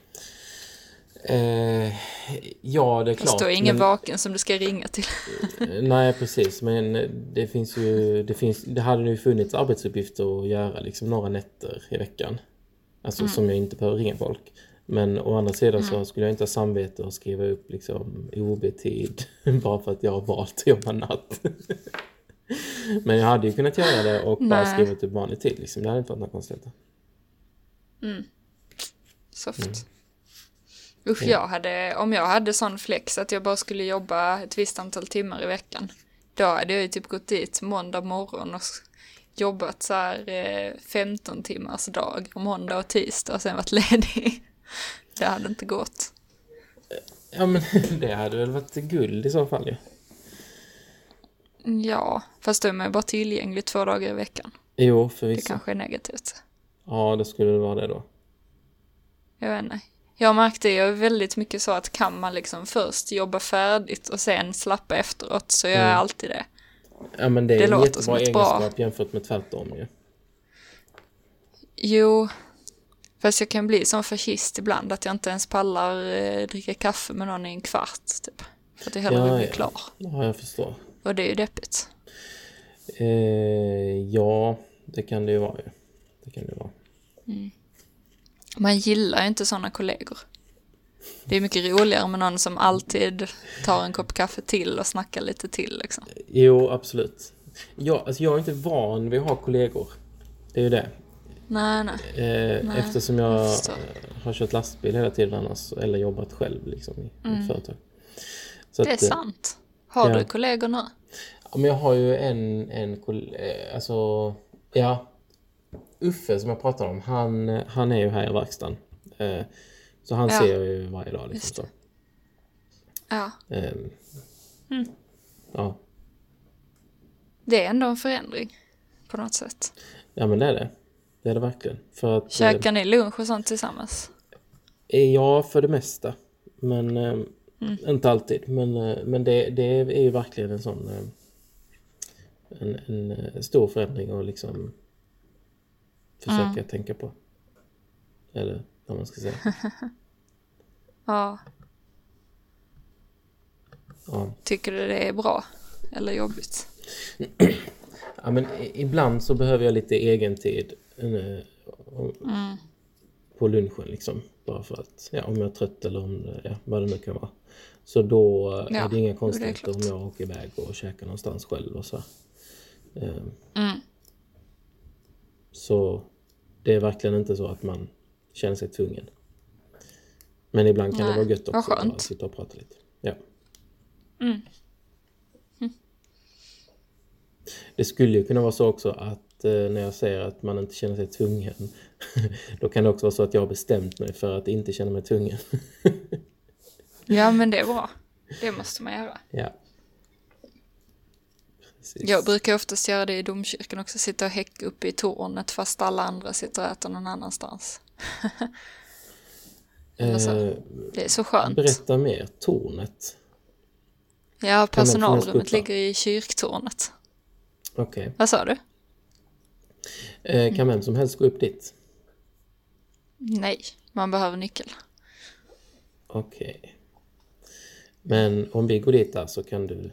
S2: Eh, ja, det är klart.
S1: Det står ingen men... vaken som du ska ringa till.
S2: Nej, precis. Men det finns ju, det finns, det hade ju funnits arbetsuppgifter att göra liksom några nätter i veckan. Alltså mm. som jag inte behöver ringa folk. Men å andra sidan mm. så skulle jag inte ha samvete att skriva upp liksom O B-tid bara för att jag har valt att jobba natt. Men jag hade ju kunnat göra det och Nej. bara skriva upp vanlig tid. Liksom. Det hade inte varit något konstigt.
S1: Mm. Soft. Mm. Usch, mm. jag hade, om jag hade sån flex att jag bara skulle jobba ett visst antal timmar i veckan. Då hade jag ju typ gått dit måndag morgon och jobbat så här femton timmars dag. Måndag och tisdag och sen varit ledig. Det hade inte gått.
S2: Ja, men det hade väl varit guld i så fall ju.
S1: Ja, fast då är man bara tillgänglig två dagar i veckan.
S2: Jo, förvisso.
S1: Det kanske är negativt.
S2: Ja, det skulle vara det då.
S1: Jag vet inte. Jag märkte ju väldigt mycket så att kan man liksom först jobba färdigt och sen slappa efteråt så gör jag mm. alltid det.
S2: Ja, men det är
S1: det
S2: en
S1: låter
S2: jättebra
S1: som ett
S2: egenskap
S1: bra...
S2: jämfört med tvärtom ju.
S1: Jo, fast jag kan bli som fascist ibland att jag inte ens pallar eh, dricka kaffe med någon i en kvart typ. För att jag hellre
S2: ja,
S1: vill bli
S2: ja.
S1: klar.
S2: Ja, jag förstår.
S1: Och det är ju deppigt.
S2: Eh, ja, det kan det ju vara ju. Det kan det vara.
S1: Mm. Man gillar ju inte sådana kollegor. Det är mycket roligare med någon som alltid tar en kopp kaffe till och snackar lite till liksom.
S2: Jo, absolut. Jag, alltså jag är inte van vid att ha kollegor. Det är ju det.
S1: Nej, nej.
S2: Eh,
S1: nej
S2: eftersom jag, jag har kört lastbil hela tiden annars, eller jobbat själv liksom, i mm. ett företag. Så
S1: det är
S2: att,
S1: sant. Har
S2: ja.
S1: du kollegor nu?
S2: Ja, men jag har ju en, en kollega, alltså, ja, Uffe som jag pratade om, han, han är ju här i verkstaden. Eh, så han ja. ser jag ju varje dag. Liksom, så.
S1: Ja.
S2: Eh,
S1: mm.
S2: Ja.
S1: Det är ändå en förändring på något sätt.
S2: Ja, men det är det. Det är det verkligen. För att,
S1: käkar ni lunch och sånt tillsammans?
S2: Ja, för det mesta. Men eh, mm. inte alltid. Men, eh, men det, det är ju verkligen en sån eh, en, en stor förändring och liksom försöka mm. tänka på. Eller vad man ska säga.
S1: ja.
S2: ja.
S1: Tycker du det är bra eller jobbigt?
S2: Ja, men ibland så behöver jag lite egen tid mm. på lunchen liksom. Bara för att, ja, om jag är trött eller om, ja, vad det nu kan vara. Så då ja, är det inga konstigheter om jag åker iväg och käkar någonstans själv och så. Um,
S1: mm.
S2: Så det är verkligen inte så att man känner sig tvungen. Men ibland kan Nej, det vara gött också att sitta och prata lite. Ja.
S1: Mm. Mm.
S2: Det skulle ju kunna vara så också att eh, när jag säger att man inte känner sig tvungen, då kan det också vara så att jag har bestämt mig för att inte känna mig tvungen.
S1: Ja, men det är bra. Det måste man göra.
S2: Ja. Precis.
S1: Jag brukar oftast göra det i domkyrkan också, sitta och häcka uppe i tornet fast alla andra sitter och äter någon annanstans. Eller så.
S2: Eh,
S1: det är så skönt.
S2: Berätta mer. Tornet.
S1: Ja, personalrummet ligger i kyrktornet.
S2: Okej. Okay.
S1: Vad sa du?
S2: Eh, kan mm. vem som helst gå upp dit?
S1: Nej, man behöver nyckel.
S2: Okej. Okay. Men om vi går dit där så kan du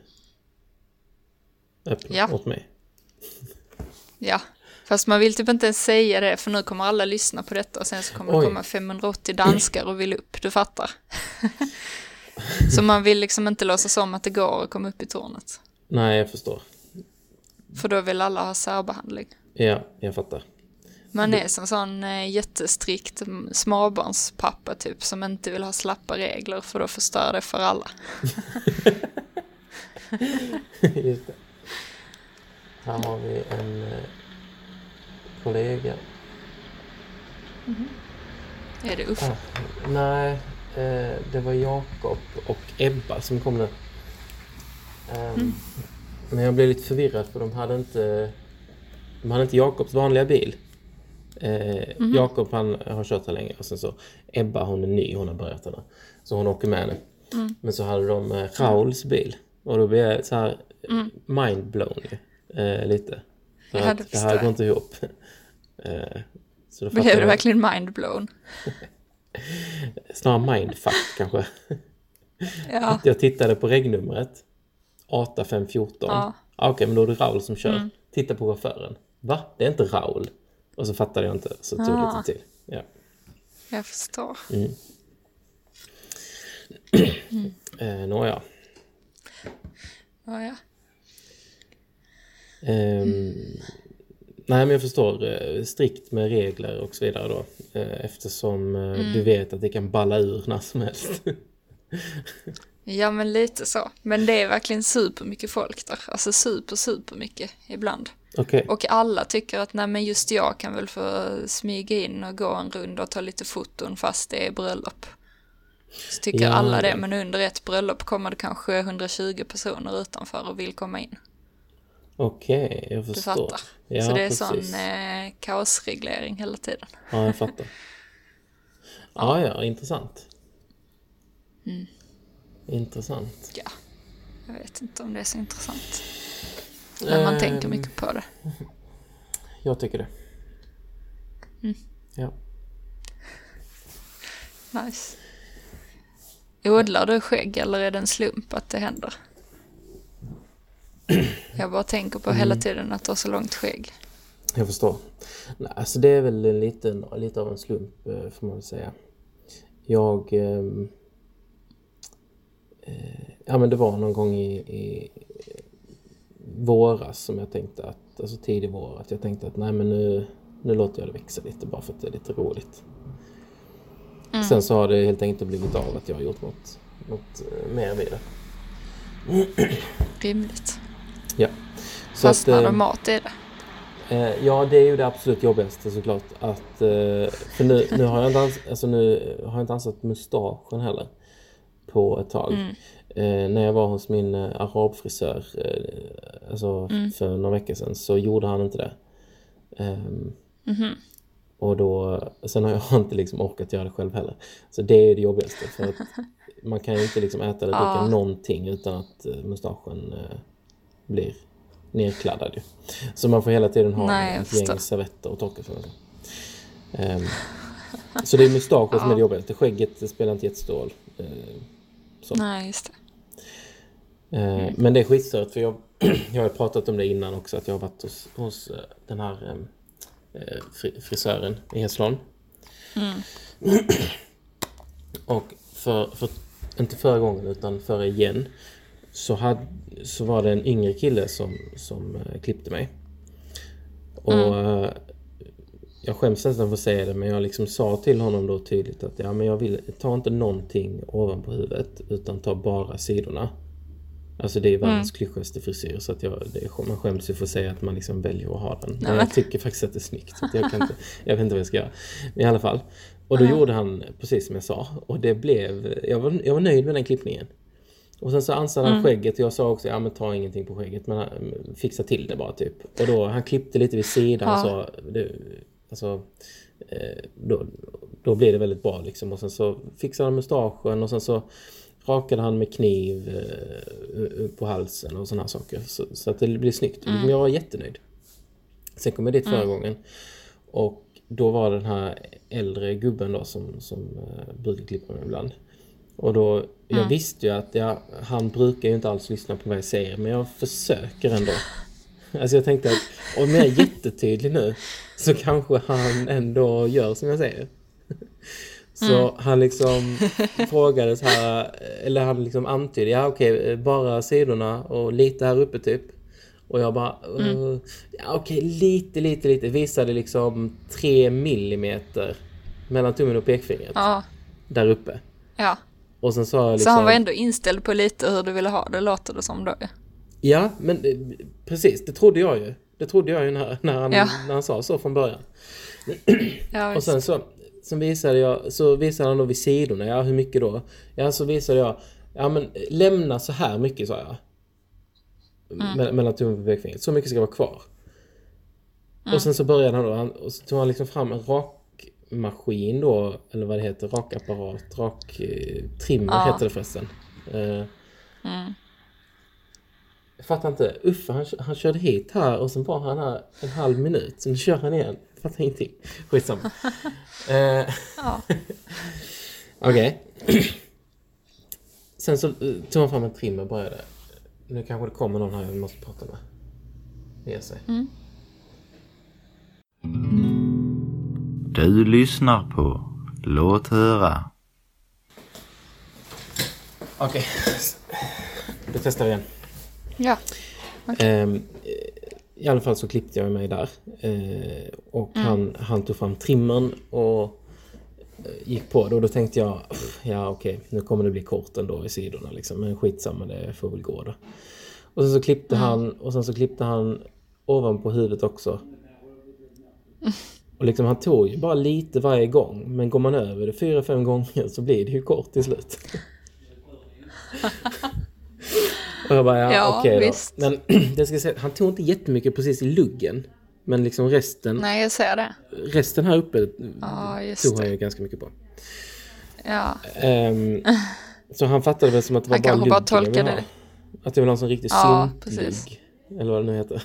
S2: öppna ja. åt mig.
S1: Ja, fast man vill typ inte ens säga det, för nu kommer alla lyssna på detta och sen så kommer Oj. det komma femhundraåttio danskar och vill upp, du fattar. Så man vill liksom inte låtsas om att det går att komma upp i tornet.
S2: Nej, jag förstår.
S1: För då vill alla ha särbehandling.
S2: Ja, jag fattar.
S1: Man är som sån eh, jättestrikt småbarnspappa typ, som inte vill ha slappa regler, för då förstör det för alla.
S2: Just det. Här har vi en eh, kollega.
S1: Mm-hmm. Är det Uffe?
S2: Ah, nej, eh, det var Jakob och Ebba som kom nu. Um, mm. Men jag blev lite förvirrad, för de hade inte de hade inte Jakobs vanliga bil. Eh, mm-hmm. Jakob, han har kört här länge, och sen så Ebba, hon är ny, hon har börjat henne. Så hon åker med henne. Mm. Men så hade de eh, Rauls bil. Och då blev jag så här mm. mindblown eh, lite. För
S1: ja,
S2: att det här går inte ihop. eh, så då
S1: blev du jag... verkligen mindblown?
S2: Snarare mindfuck kanske.
S1: Ja.
S2: Jag tittade på regnumret åtta fem ett fyra. Ja. Ah, Okej, okay, men då är det Raul som kör. Mm. Titta på chauffören. Va? Det är inte Raul. Och så fattade jag inte. Så tog det
S1: ah.
S2: lite till. Ja.
S1: Jag förstår.
S2: Mm. mm. eh, Nåja.
S1: Nåja.
S2: Eh, mm. Nej, men jag förstår. Eh, strikt med regler och så vidare då. Eh, eftersom eh, mm. du vet att det kan balla ur när som helst.
S1: Ja, men lite så. Men det är verkligen supermycket folk där. Alltså super, super mycket ibland.
S2: Okay.
S1: Och alla tycker att nej, men just jag kan väl få smyga in och gå en runda och ta lite foton fast det är bröllop. Så tycker ja. alla det, men under ett bröllop kommer det kanske hundratjugo personer utanför och vill komma in.
S2: Okej, okay, jag förstår.
S1: Du fattar.
S2: Ja,
S1: så det är
S2: precis.
S1: sån eh, kaosreglering hela tiden.
S2: Ja, jag fattar. Ja, ja, ja, intressant.
S1: Mm.
S2: Intressant.
S1: Ja, jag vet inte om det är så intressant. Men man um, tänker mycket på det.
S2: Jag tycker det.
S1: Mm.
S2: Ja.
S1: Nice. Odlar du skägg eller är det en slump att det händer? Jag bara tänker på mm. hela tiden att du har så långt skägg.
S2: Jag förstår. Nej, alltså det är väl lite, lite av en slump, får man väl säga. Jag... Um, Ja, men det var någon gång i, i våras som jag tänkte att, alltså tidig vår, att jag tänkte att nej, men nu, nu låter jag det växa lite bara för att det är lite roligt. Mm. Sen så har det helt enkelt blivit av att jag har gjort något, något mer med det.
S1: Rimligt.
S2: Ja.
S1: Så fastnar att, äh, mat är det?
S2: Äh, ja, det är ju det absolut jobbigaste såklart. Att, äh, för nu, nu har jag inte ans- alltså nu har jag inte ansat mustaschen heller på ett tag. Mm. Eh, när jag var hos min eh, arabfrisör eh, alltså mm. för några veckor sedan, så gjorde han inte det. Um, mm-hmm. Och då, sen har jag inte liksom orkat göra det själv heller. Så det är det jobbigaste, för att man kan ju inte liksom äta eller dricka ah. någonting utan att eh, mustaschen eh, blir nerkladdad. Ju. Så man får hela tiden ha
S1: Nej,
S2: ett gäng servetter och torka för det. Um, så det är mustaschen som är det jobbigaste. Skägget spelar inte jättestor roll. Uh, Så.
S1: Nej, just det.
S2: Mm. Men det är skitstört, för jag, jag har pratat om det innan också, att jag har varit hos, hos den här eh, frisören i Hässleholm.
S1: Mm.
S2: Och för, för, inte förra gången utan förra igen, så, hade, så var det en yngre kille som, som eh, klippte mig. Och mm. eh, jag skäms nästan för att säga det, men jag liksom sa till honom då tydligt att ja, men jag vill ta inte någonting ovanpå huvudet utan ta bara sidorna. Alltså det är världens mm. klyschaste frisyr, så att jag, det, man skäms ju för att säga att man liksom väljer att ha den. Men jag tycker faktiskt att det är snyggt, så att jag, kan inte, jag vet inte vad jag ska göra. Men i alla fall. Och då mm. gjorde han precis som jag sa. Och det blev, jag var, jag var nöjd med den klippningen. Och sen så ansade han mm. skägget, och jag sa också, ja men ta ingenting på skägget, men fixa till det bara typ. Och då, han klippte lite vid sidan ja. och sa, det, alltså, då, då blir det väldigt bra liksom. Och sen så fixade han mustaschen och sen så rakade han med kniv eh, på halsen och såna här saker. Så, så att det blir snyggt. Mm. Jag var jättenöjd. Sen kom jag dit förra mm. gången. Och då var den här äldre gubben då som, som uh, brukar klippa mig ibland. Och då, mm. jag visste ju att jag, han brukar ju inte alls lyssna på vad jag säger. Men jag försöker ändå. Alltså jag tänkte att om jag är jättetydlig nu så kanske han ändå gör som jag säger. Så mm. han liksom frågade så här, eller han liksom antydde, ja okej, bara sidorna och lite här uppe typ. Och jag bara, mm. uh, ja okej, lite, lite, lite. Visade liksom tre millimeter mellan tummen och pekfingret. Ja. Där uppe.
S1: Ja.
S2: Och sen sa jag liksom,
S1: så han var ändå inställd på lite hur du ville ha det, låter det som då.
S2: Ja, men precis, det trodde jag ju. Det trodde jag ju när, när, han, ja. när han sa så från början. Ja, och sen så, sen visade jag, så visade han då vid sidorna, ja hur mycket då? Ja, så visade jag, ja men lämna så här mycket, sa jag. Mm. Me- mellan tummen och pekfingret. Så mycket ska vara kvar. Mm. Och sen så började han då, han, och så tog han liksom fram en rakmaskin då, eller vad det heter, rakapparat, rak eh, trimmer ja. heter det förresten. Eh, mm. Jag fattar inte. Uffe, han, han körde hit här och sen var han här en halv minut. Sen kör han igen. Jag fattar ingenting. Skitsamma. eh, ja. Okej. Okay. Sen så tog han fram en trimmer och började. Nu kanske det kommer någon här jag måste prata med. Ge sig. Mm.
S3: Du lyssnar på Låt höra.
S2: Okej. Okay. Då testar vi igen.
S1: Ja. Okay.
S2: Eh, I alla fall så klippte jag mig där. Eh, och mm. han, han tog fram trimmern och gick på det. Och då tänkte jag, ja okej, okay, nu kommer det bli kort ändå i sidorna liksom. Men skitsamma, det får väl gå då. Och sen så klippte mm. han och sen så klippte han ovanpå huvudet också. Mm. Och liksom han tog ju bara lite varje gång. Men går man över det fyra, fem gånger så blir det ju kort till slut. Och jag bara, ja, ja okej okay då. Men det ska säga, han tog inte jättemycket precis i luggen. Men liksom resten...
S1: Nej, jag ser det.
S2: Resten här uppe
S1: ja, just
S2: tog
S1: det.
S2: han ju ganska mycket på.
S1: Ja.
S2: Um, så han fattade väl som att det var
S1: han
S2: bara lugg.
S1: Han kanske bara tolkade det.
S2: Att det var någon som riktigt
S1: ja,
S2: sumplig. Eller vad det nu heter.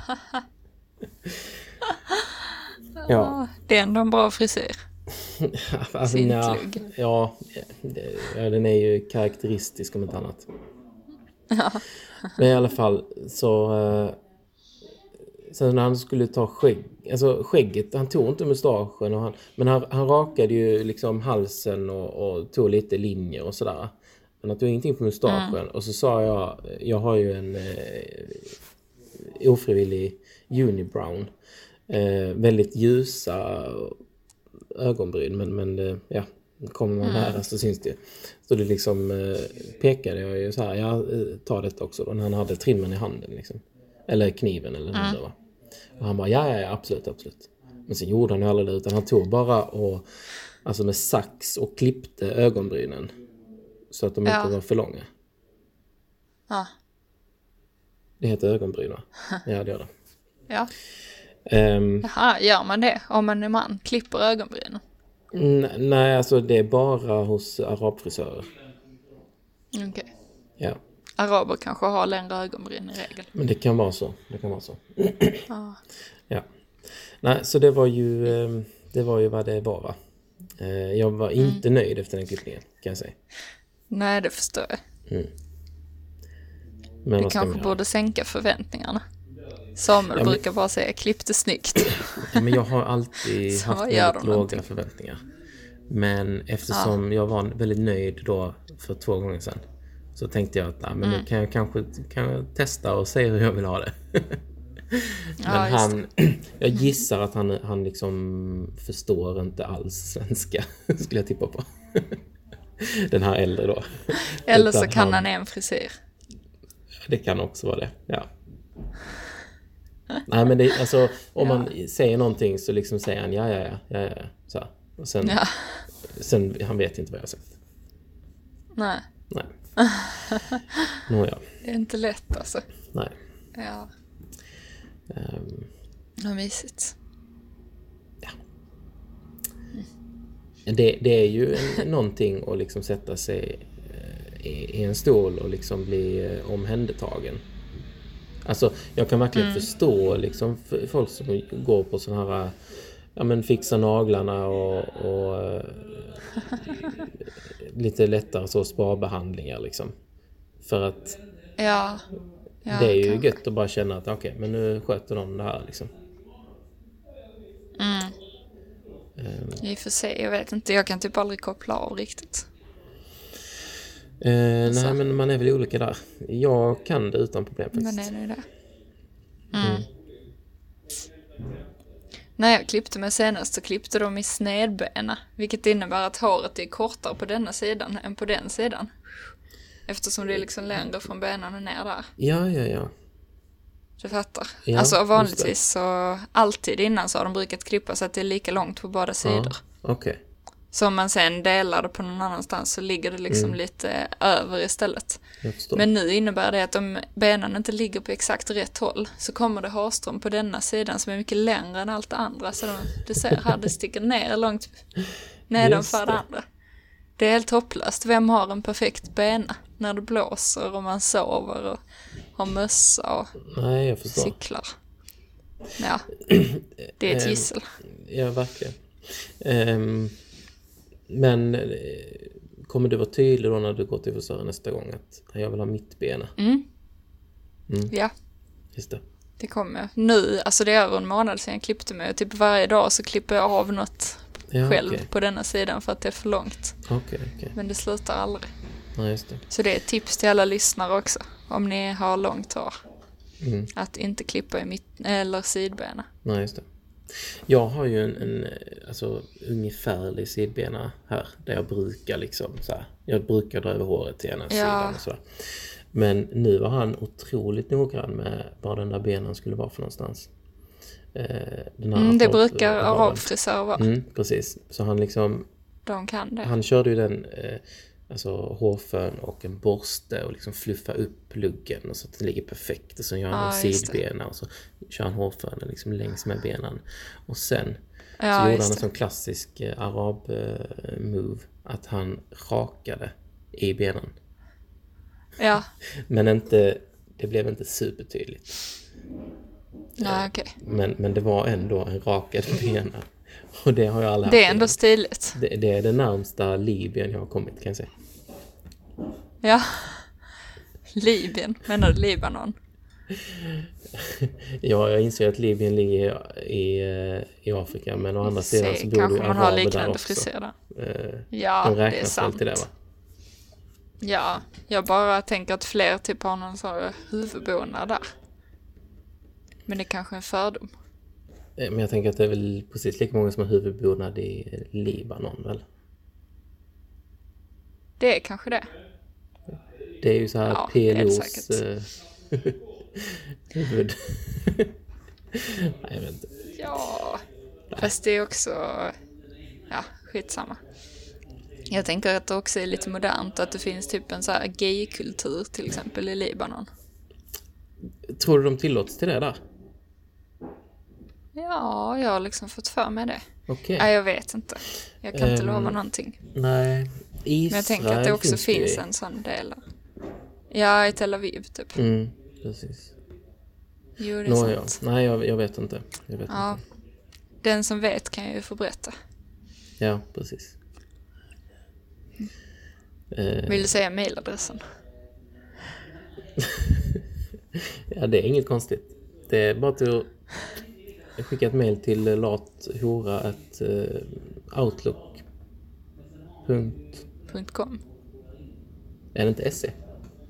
S2: Ja.
S1: Det är ändå en bra frisyr.
S2: Alltså, ja, ja, ja, den är ju karaktäristisk om ett annat.
S1: Ja.
S2: Men i alla fall så eh, sen när han skulle ta skägg, alltså skägget, han tog inte mustaschen och han, men han, han rakade ju liksom halsen och, och tog lite linjer och sådär. Men han tog ingenting på mustaschen. Mm. Och så sa jag, jag har ju en eh, ofrivillig unibrown. Eh, väldigt ljusa ögonbryn, men, men eh, ja, kommer man nära mm. så syns det. Så det liksom eh, pekade jag ju så här, jag tar detta också då, när han hade trimmen i handen liksom. Eller kniven eller mm. något där, va. Och han bara, ja, ja, ja, absolut, absolut. Men sen gjorde han ju aldrig det, utan han tog bara och alltså med sax och klippte ögonbrynen så att de ja. inte var för långa.
S1: Ja.
S2: Det heter ögonbryn, va? Ja, det gör det.
S1: Ja.
S2: Um,
S1: Jaha, gör man det om man är man? Klipper ögonbrynen?
S2: N- nej, alltså det är bara hos arabfrisörer.
S1: Okej. Okay.
S2: Ja.
S1: Araber kanske har längre ögonbryn i regel.
S2: Men det kan vara så. Det kan vara så.
S1: Ah.
S2: Ja. Nej, så det var ju det var ju vad det var, va? Jag var inte mm. nöjd efter den klippningen, kan jag säga. Nej,
S1: det förstår jag.
S2: Mm. Men
S1: du kanske borde sänka förväntningarna. Samuel ja, men... brukar bara säga, klipp det snyggt.
S2: Ja, men jag har alltid haft väldigt låga någonting. förväntningar. Men eftersom ja. jag var väldigt nöjd då för två gånger sedan, så tänkte jag att ja, men mm. nu kan jag kanske kan jag testa och se hur jag vill ha det. Men ja, han, jag gissar att han, han liksom förstår inte alls svenska, skulle jag tippa på. Den här äldre då.
S1: Eller så kan han, han en frisyr.
S2: Det kan också vara det, ja. Nej, men det, alltså, om ja. man säger någonting så liksom säger han ja, ja, ja, ja, ja. Så här. Och sen,
S1: ja.
S2: sen, han vet inte vad jag har sagt.
S1: Nej.
S2: Nej. Nå, ja.
S1: Det är inte lätt alltså.
S2: Nej.
S1: Ja.
S2: Um,
S1: Vad mysigt.
S2: Ja. det, det är ju en, någonting att liksom sätta sig i, i en stol och liksom bli omhändertagen. Alltså, jag kan verkligen mm. förstå liksom folk som går på sådana här, ja men fixa naglarna och, och lite lättare så sparbehandlingar liksom. För att
S1: ja, ja,
S2: det är ju
S1: kanske.
S2: gött att bara känna att okej, okay, men nu sköter de det här liksom.
S1: Mm. Um. I och för sig, jag vet inte, jag kan typ aldrig koppla av riktigt.
S2: Uh, nej, men man är väl olika där. Jag kan det utan problem faktiskt.
S1: Men är det det? Mm. Mm. När jag klippte mig senast så klippte de i snedbena, vilket innebär att håret är kortare på denna sidan än på den sidan. Eftersom det är liksom längre från benen och ner där.
S2: Ja, ja, ja.
S1: Du fattar.
S2: Ja,
S1: alltså vanligtvis så alltid innan så har de brukat klippa så att det är lika långt på båda sidor.
S2: Ja, okej. Okay.
S1: Så om man sen delar det på någon annanstans så ligger det liksom mm. lite över istället. Men nu innebär det att om benen inte ligger på exakt rätt håll så kommer det hårstrån på denna sidan som är mycket längre än allt det andra. Så du ser här, det sticker ner långt nedanför det andra. Det är helt hopplöst. Vem har en perfekt bena när det blåser och man sover och har mössa och
S2: Nej, jag förstår.
S1: cyklar? Ja, det är ett gissel.
S2: Ja, verkligen. Um... Men kommer du vara tydlig då när du går till frisören nästa gång att jag vill ha mitt bena?
S1: Mm.
S2: Mm.
S1: Ja.
S2: Just det.
S1: Det kommer nu, alltså det är över en månad sedan jag klippte mig. Typ varje dag så klipper jag av något ja, själv okay. på denna sidan för att det är för långt.
S2: Okay, okay.
S1: Men det slutar aldrig.
S2: Ja, just det.
S1: Så det är ett tips till alla lyssnare också. Om ni har långt hår.
S2: Mm.
S1: Att inte klippa i mitt eller sidbena.
S2: Nej, just det. Jag har ju en, en alltså, ungefärlig sidbena här. Där jag brukar liksom så här, jag brukar dra över håret till ena ja. sidan och sådär. Men nu var han otroligt noggrann med var den där benen skulle vara för någonstans. Eh, den här
S1: mm, det brukar arabfrisör vara.
S2: Mm, precis. Så han liksom...
S1: De kan det.
S2: Han körde ju den... Eh, alltså hårfön och en borste och liksom fluffa upp luggen och så att det ligger perfekt och så gör han ah, sidbena och så kör han hårfönen liksom längs med benen och sen ja, så gjorde han en sån klassisk eh, arab eh, move att han rakade i benen.
S1: Ja.
S2: Men inte, det blev inte supertydligt.
S1: Nej, okej. Okay.
S2: Men, men det var ändå en rakad bena. Och det har jag aldrig
S1: Det är ändå stiligt.
S2: Det, det är det närmsta Libyen jag har kommit, kan jag säga.
S1: Ja. Libyen, menar du Libanon?
S2: Ja, jag inser att Libyen ligger i, i Afrika, men å andra sidan så bor du
S1: man har liknande frisyr där.
S2: Eh,
S1: ja,
S2: de
S1: det är sant.
S2: Till det, va?
S1: Ja, jag bara tänker att fler typ har någon sån huvudbonad där. Men det är kanske en fördom.
S2: Men jag tänker att det är väl precis lika många som har huvudbonad i Libanon, väl?
S1: Det är kanske det.
S2: Det är ju så här ja, P L O:s uh, huvud. Nej, jag vet inte.
S1: Ja, Nej. Fast det är också... Ja, skitsamma. Jag tänker att det också är lite modernt att det finns typ en så här gay-kultur till exempel i Libanon.
S2: Tror du de tillåts till det där?
S1: Ja, jag har liksom fått för mig det.
S2: Okay.
S1: Nej, jag vet inte. Jag kan um, inte lova någonting.
S2: Nej, Israel.
S1: Men jag tänker att det också finns, finns en sån del. Ja, i Tel Aviv typ.
S2: Mm, precis.
S1: Jo, det är
S2: Nå,
S1: sant.
S2: Ja. Nej, jag, jag vet inte. Jag vet
S1: ja.
S2: inte.
S1: Den som vet kan ju få berätta.
S2: Ja, precis.
S1: Mm. Vill du säga mailadressen?
S2: Ja, det är inget konstigt. Det är bara till att skicka ett mail till lathora at outlook
S1: punkt com.
S2: Är det inte se?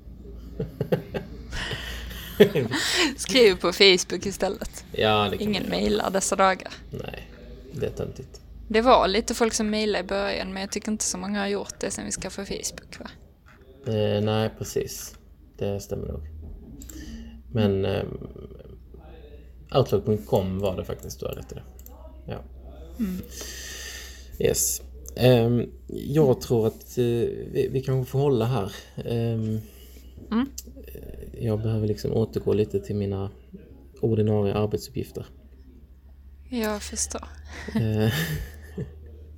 S1: Skriv på Facebook istället.
S2: Ja, det kan
S1: Ingen mailar dessa dagar.
S2: Nej, det är töntigt.
S1: Det var lite folk som mejlade i början, men jag tycker inte så många har gjort det sen vi skaffade Facebook, va?
S2: Eh, nej, precis. Det stämmer nog. Men eh, outlook punkt com var det faktiskt, du har rätt i det. Ja.
S1: Mm.
S2: Yes. Eh, jag tror att eh, vi, vi kan få hålla här. Eh,
S1: mm.
S2: Jag behöver liksom återgå lite till mina ordinarie arbetsuppgifter.
S1: Jag förstår.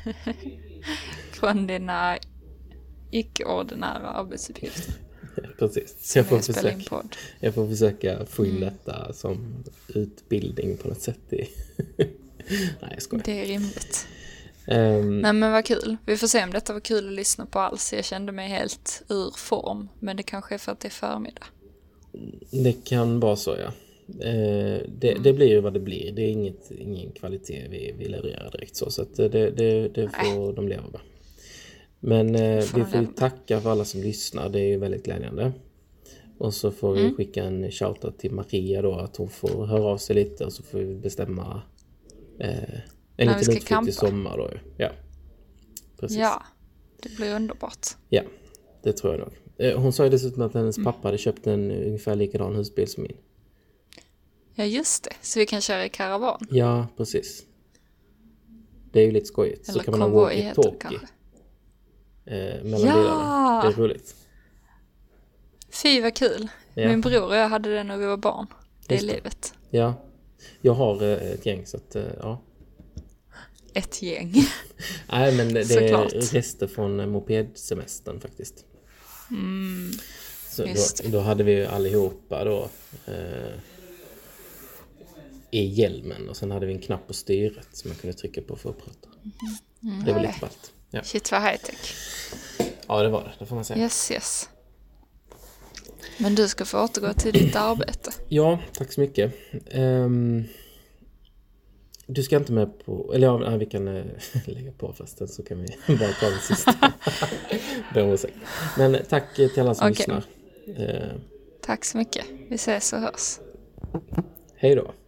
S1: Från dina icke-ordinära arbetsuppgifter.
S2: Precis. Så jag får,
S1: jag,
S2: försöka, jag får försöka få in mm. detta som utbildning på något sätt. I Nej, jag skojar.
S1: Det är rimligt.
S2: Um,
S1: Nej, men vad kul. Vi får se om detta var kul att lyssna på alls. Jag kände mig helt ur form. Men det kanske är för att det är förmiddag.
S2: Det kan vara så, ja. Uh, det, mm. det blir ju vad det blir. Det är inget, ingen kvalitet vi, vi levererar direkt så. Så att det, det, det får Nej. de leva med. Men uh, vi får ju tacka för alla som lyssnar. Det är ju väldigt glädjande. Och så får mm. vi skicka en shoutout till Maria då. Att hon får höra av sig lite. Och så får vi bestämma... Uh, En liten utflykt i sommar då. Ja, precis.
S1: Ja, det blir underbart.
S2: Ja, det tror jag nog. Hon sa ju dessutom att hennes mm. pappa hade köpt en ungefär likadan husbil som min.
S1: Ja, just det. Så vi kan köra i karavan.
S2: Ja, precis. Det är ju lite skojigt.
S1: Eller
S2: så kan man ha walkie-talkie. Eh, mellan
S1: ja!
S2: bilarna. Det är roligt.
S1: Fy, vad kul. Ja. Min bror och jag hade det när vi var barn. Det är livet.
S2: Ja, jag har eh, ett gäng så att, eh, ja.
S1: Ett gäng.
S2: Nej, men det, det är rester från mopedsemestern faktiskt.
S1: Mm,
S2: så då, då hade vi allihopa då eh, i hjälmen och sen hade vi en knapp på styret som man kunde trycka på för att prata. Mm. Mm. Det var lite ballt. Ja.
S1: Shit, vad high-tech.
S2: Ja, det var det. Det får man säga.
S1: Yes, yes. Men du ska få återgå till ditt arbete.
S2: Ja, tack så mycket. Um, Du ska inte med på... Eller ja, vi kan äh, lägga på förresten så kan vi bara ta det sista. Men tack till alla som okay. lyssnar. Uh,
S1: tack så mycket. Vi ses och hörs.
S2: Hej då.